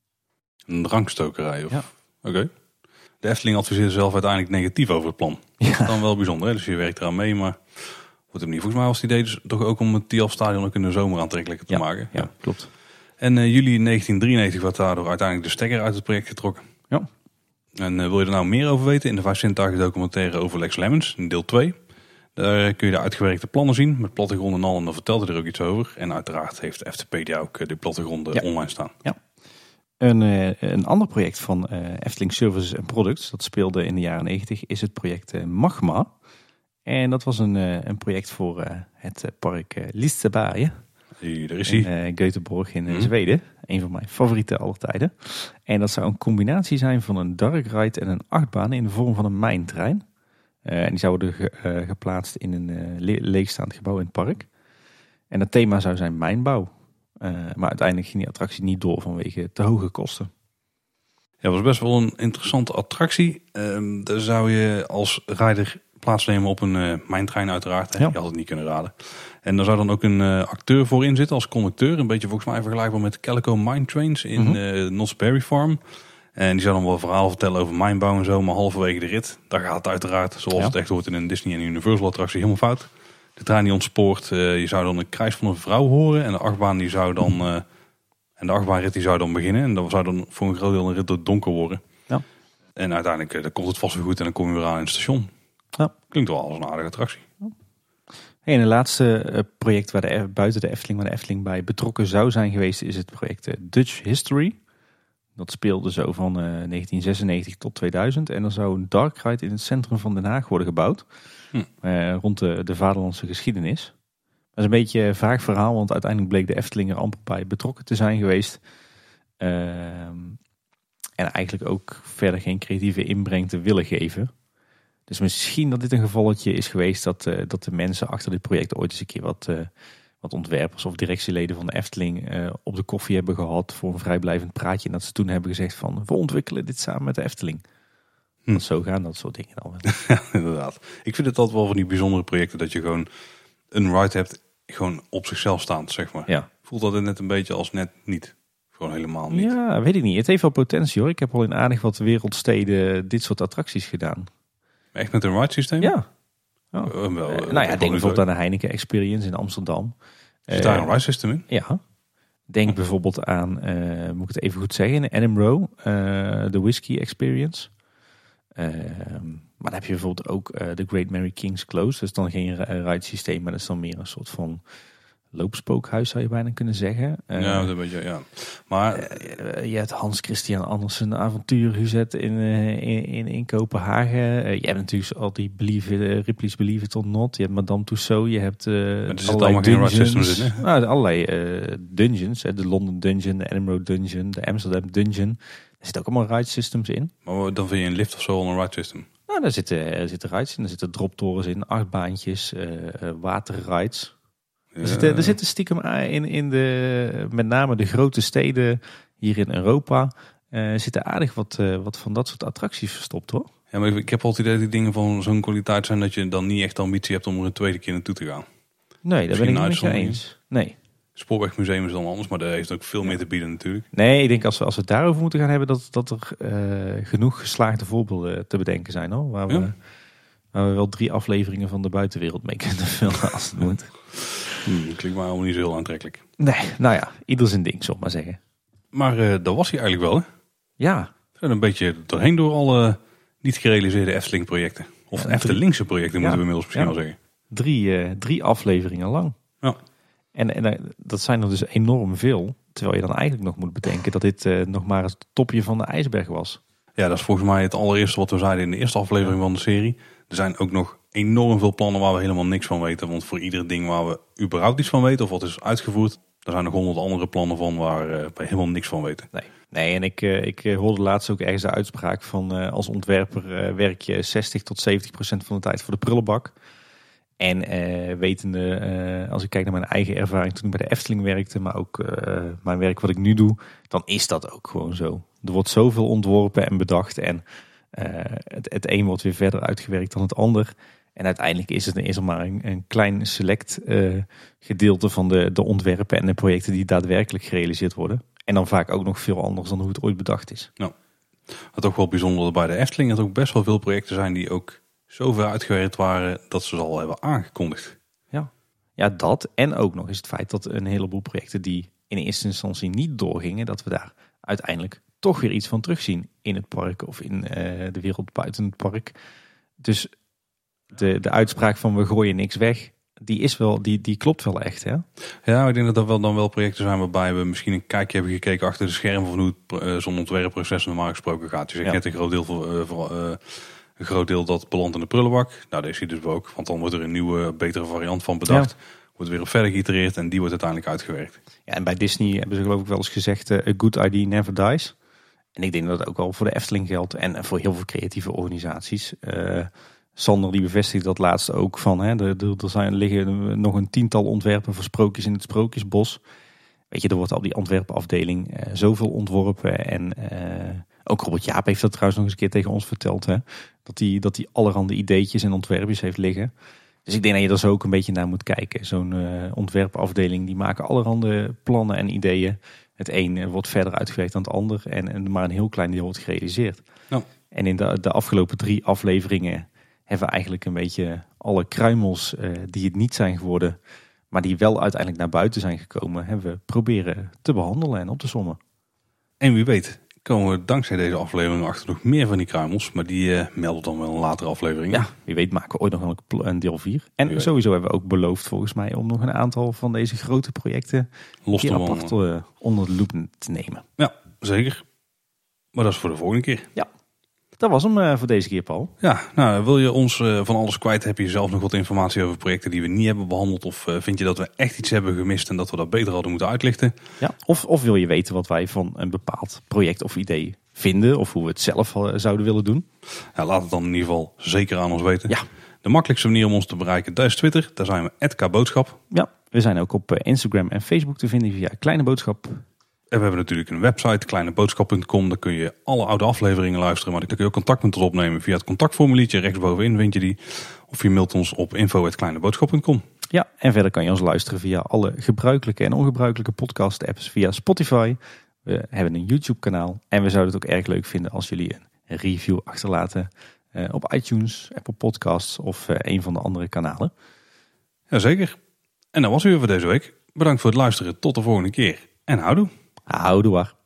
Een drankstokerij? Of... Ja. Oké. De Efteling adviseerde zelf uiteindelijk negatief over het plan. Ja. Dat is dan wel bijzonder, hè? Dus je werkt eraan mee, maar wordt hem niet. Volgens mij was het idee dus toch ook om het Tialf-stadion ook in de zomer aantrekkelijker te maken. Ja, klopt. En juli 1993 werd daardoor uiteindelijk de stekker uit het project getrokken. Ja. En wil je er nou meer over weten? In de 5 zintuigen documentaire over Lex Lemmens, in deel 2. Daar kun je de uitgewerkte plannen zien, met plattegronden en al. En dan vertelt hij er ook iets over. En uiteraard heeft Eftepedia ook de plattegronden online staan. Ja. Een ander project van Efteling Services and Products, dat speelde in de jaren 90, is het project Magma. En dat was een project voor het park Liseberg. Daar is hij. In Göteborg in Zweden. Een van mijn favoriete aller tijden. En dat zou een combinatie zijn van een dark ride en een achtbaan in de vorm van een mijntrein. En die zouden geplaatst in een leegstaand gebouw in het park. En het thema zou zijn mijnbouw. Maar uiteindelijk ging die attractie niet door vanwege te hoge kosten. Ja, het was best wel een interessante attractie. Daar zou je als rijder plaatsnemen op een mijntrein uiteraard. Ja. Je had het niet kunnen raden. En daar zou dan ook een acteur voor in zitten als conducteur. Een beetje volgens mij vergelijkbaar met Calico Mine Trains in Knott's Berry Farm. En die zou dan wel verhaal vertellen over mijnbouw en zo. Maar halverwege de rit, daar gaat het uiteraard, zoals het echt hoort in een Disney en Universal attractie, helemaal fout. De trein die ontspoort, je zou dan een krijs van een vrouw horen. En de achtbaan die zou dan... en de achtbaanrit die zou dan beginnen. En dat zou dan voor een groot deel een rit door het donker worden. Ja. En uiteindelijk dan komt het vast weer goed en dan kom je weer aan in het station. Ja. Klinkt wel als een aardige attractie. En het laatste project buiten de Efteling, waar de Efteling bij betrokken zou zijn geweest, is het project Dutch History. Dat speelde zo van 1996 tot 2000. En er zou een dark ride in het centrum van Den Haag worden gebouwd. Rond de vaderlandse geschiedenis. Dat is een beetje een vaag verhaal, want uiteindelijk bleek de Efteling er amper bij betrokken te zijn geweest. En eigenlijk ook verder geen creatieve inbreng te willen geven. Dus misschien dat dit een gevalletje is geweest dat de mensen achter dit project ooit eens een keer wat ontwerpers of directieleden van de Efteling op de koffie hebben gehad voor een vrijblijvend praatje. En dat ze toen hebben gezegd van, we ontwikkelen dit samen met de Efteling. Dat zo gaan dat soort dingen dan. Ja, inderdaad. Ik vind het altijd wel van die bijzondere projecten dat je gewoon een ride hebt, gewoon op zichzelf staand, zeg maar. Ja. Voelt dat net een beetje als net niet. Gewoon helemaal niet. Ja, weet ik niet. Het heeft wel potentie hoor. Ik heb al in aardig wat wereldsteden dit soort attracties gedaan. Echt met een ride systeem? Ja. Oh. Denk bijvoorbeeld aan de Heineken Experience in Amsterdam. Zit daar een ride system in? Ja. Denk bijvoorbeeld aan, moet ik het even goed zeggen, Adam Row, de Whisky Experience. Maar dan heb je bijvoorbeeld ook de Great Mary King's Close. Dat is dan geen ride systeem, maar dat is dan meer een soort van loopspookhuis, zou je bijna kunnen zeggen. Ja, een beetje, ja. Maar je hebt Hans Christian Andersen avontuurhuzet in Kopenhagen. Je hebt natuurlijk al die Ripley's Believe It or Not. Je hebt Madame Tussauds. Je hebt allerlei dungeons. Allerlei dungeons. De London Dungeon, de Edinburgh Dungeon, de Amsterdam Dungeon. Er zitten ook allemaal ride systems in. Maar dan vind je een lift of zo al een ride system? Nou, daar zitten rides in. Er zitten droptorens in, achtbaantjes, waterrides. Er zitten stiekem in met name de grote steden hier in Europa zitten aardig wat van dat soort attracties verstopt hoor. Ja, maar ik heb altijd het idee dat die dingen van zo'n kwaliteit zijn dat je dan niet echt ambitie hebt om er een tweede keer naartoe te gaan. Nee, daar ben ik niet met je eens. Nee. Spoorwegmuseum is dan anders, maar dat heeft ook veel meer te bieden natuurlijk. Nee, ik denk als we het daarover moeten gaan hebben dat er genoeg geslaagde voorbeelden te bedenken zijn hoor. Waar we wel 3 afleveringen van de buitenwereld mee kunnen filmen als het moet. Klinkt maar allemaal niet zo heel aantrekkelijk. Nee, nou ja, ieder zijn ding, zal ik maar zeggen. Maar dat was hij eigenlijk wel, hè? Ja. We zijn een beetje doorheen door alle niet gerealiseerde Efteling-projecten. Of Eftelingse projecten moeten we inmiddels misschien wel zeggen. 3 afleveringen lang. Ja. En dat zijn er dus enorm veel. Terwijl je dan eigenlijk nog moet bedenken dat dit nog maar het topje van de ijsberg was. Ja, dat is volgens mij het allereerste wat we zeiden in de eerste aflevering van de serie. Er zijn ook nog enorm veel plannen waar we helemaal niks van weten. Want voor ieder ding waar we überhaupt iets van weten of wat is uitgevoerd, er zijn nog 100 andere plannen van waar we helemaal niks van weten. Nee, en ik hoorde laatst ook ergens de uitspraak van als ontwerper werk je 60 tot 70% van de tijd voor de prullenbak. En wetende, als ik kijk naar mijn eigen ervaring toen ik bij de Efteling werkte, maar ook mijn werk wat ik nu doe, dan is dat ook gewoon zo. Er wordt zoveel ontworpen en bedacht en het een wordt weer verder uitgewerkt dan het ander. En uiteindelijk is er maar een klein select gedeelte van de ontwerpen en de projecten die daadwerkelijk gerealiseerd worden. En dan vaak ook nog veel anders dan hoe het ooit bedacht is. Nou, wat ook wel bijzonder bij de Efteling, dat er ook best wel veel projecten zijn die ook zo ver uitgewerkt waren dat ze al hebben aangekondigd. Ja, dat en ook nog is het feit dat een heleboel projecten die in eerste instantie niet doorgingen, dat we daar uiteindelijk toch weer iets van terugzien in het park of in de wereld buiten het park. Dus de uitspraak van we gooien niks weg, die klopt wel echt, hè? Ja, ik denk dat er dan wel projecten zijn waarbij we misschien een kijkje hebben gekeken achter de schermen van hoe zo'n ontwerpproces normaal gesproken gaat. Je zegt net een groot deel dat belandt in de prullenbak. Nou, deze ziet dus ook, want dan wordt er een nieuwe, betere variant van bedacht. Ja. Wordt weer op verder geïtereerd en die wordt uiteindelijk uitgewerkt. Ja, en bij Disney hebben ze geloof ik wel eens gezegd, a good idea never dies. En ik denk dat dat ook wel voor de Efteling geldt en voor heel veel creatieve organisaties. Sander die bevestigt dat laatst ook van, er liggen nog een 10-tal ontwerpen voor sprookjes in het Sprookjesbos. Weet je, er wordt op die ontwerpafdeling zoveel ontworpen. En ook Robert Jaap heeft dat trouwens nog eens een keer tegen ons verteld. Hè? Dat hij allerhande ideetjes en ontwerpjes heeft liggen. Dus ik denk dat je daar zo ook een beetje naar moet kijken. Zo'n ontwerpafdeling die maken allerhande plannen en ideeën. Het een wordt verder uitgewerkt dan het ander. En maar een heel klein deel wordt gerealiseerd. Ja. En in de afgelopen 3 afleveringen hebben we eigenlijk een beetje alle kruimels die het niet zijn geworden, maar die wel uiteindelijk naar buiten zijn gekomen, hebben we proberen te behandelen en op te sommen. En wie weet komen we dankzij deze aflevering achter nog meer van die kruimels, maar die melden dan wel een latere aflevering. Ja, wie weet maken we ooit nog wel een deel 4. En sowieso hebben we ook beloofd volgens mij om nog een aantal van deze grote projecten apart onder de loep te nemen. Ja, zeker. Maar dat is voor de volgende keer. Ja. Dat was hem voor deze keer, Paul. Ja, nou, wil je ons van alles kwijt? Heb je zelf nog wat informatie over projecten die we niet hebben behandeld? Of vind je dat we echt iets hebben gemist en dat we dat beter hadden moeten uitlichten? Ja, of wil je weten wat wij van een bepaald project of idee vinden? Of hoe we het zelf zouden willen doen? Ja, laat het dan in ieder geval zeker aan ons weten. Ja. De makkelijkste manier om ons te bereiken, dat is Twitter. Daar zijn we @kboodschap. Ja, we zijn ook op Instagram en Facebook te vinden via Kleine Boodschap. En we hebben natuurlijk een website, kleineboodschap.com. Daar kun je alle oude afleveringen luisteren. Maar daar kun je ook contact met ons opnemen via het contactformuliertje. Rechtsbovenin vind je die. Of je mailt ons op info@kleineboodschap.com. Ja, en verder kan je ons luisteren via alle gebruikelijke en ongebruikelijke podcast apps. Via Spotify. We hebben een YouTube kanaal. En we zouden het ook erg leuk vinden als jullie een review achterlaten. Op iTunes, Apple Podcasts of een van de andere kanalen. Jazeker. En dat was het weer voor deze week. Bedankt voor het luisteren. Tot de volgende keer. En houdoe. Houdoe.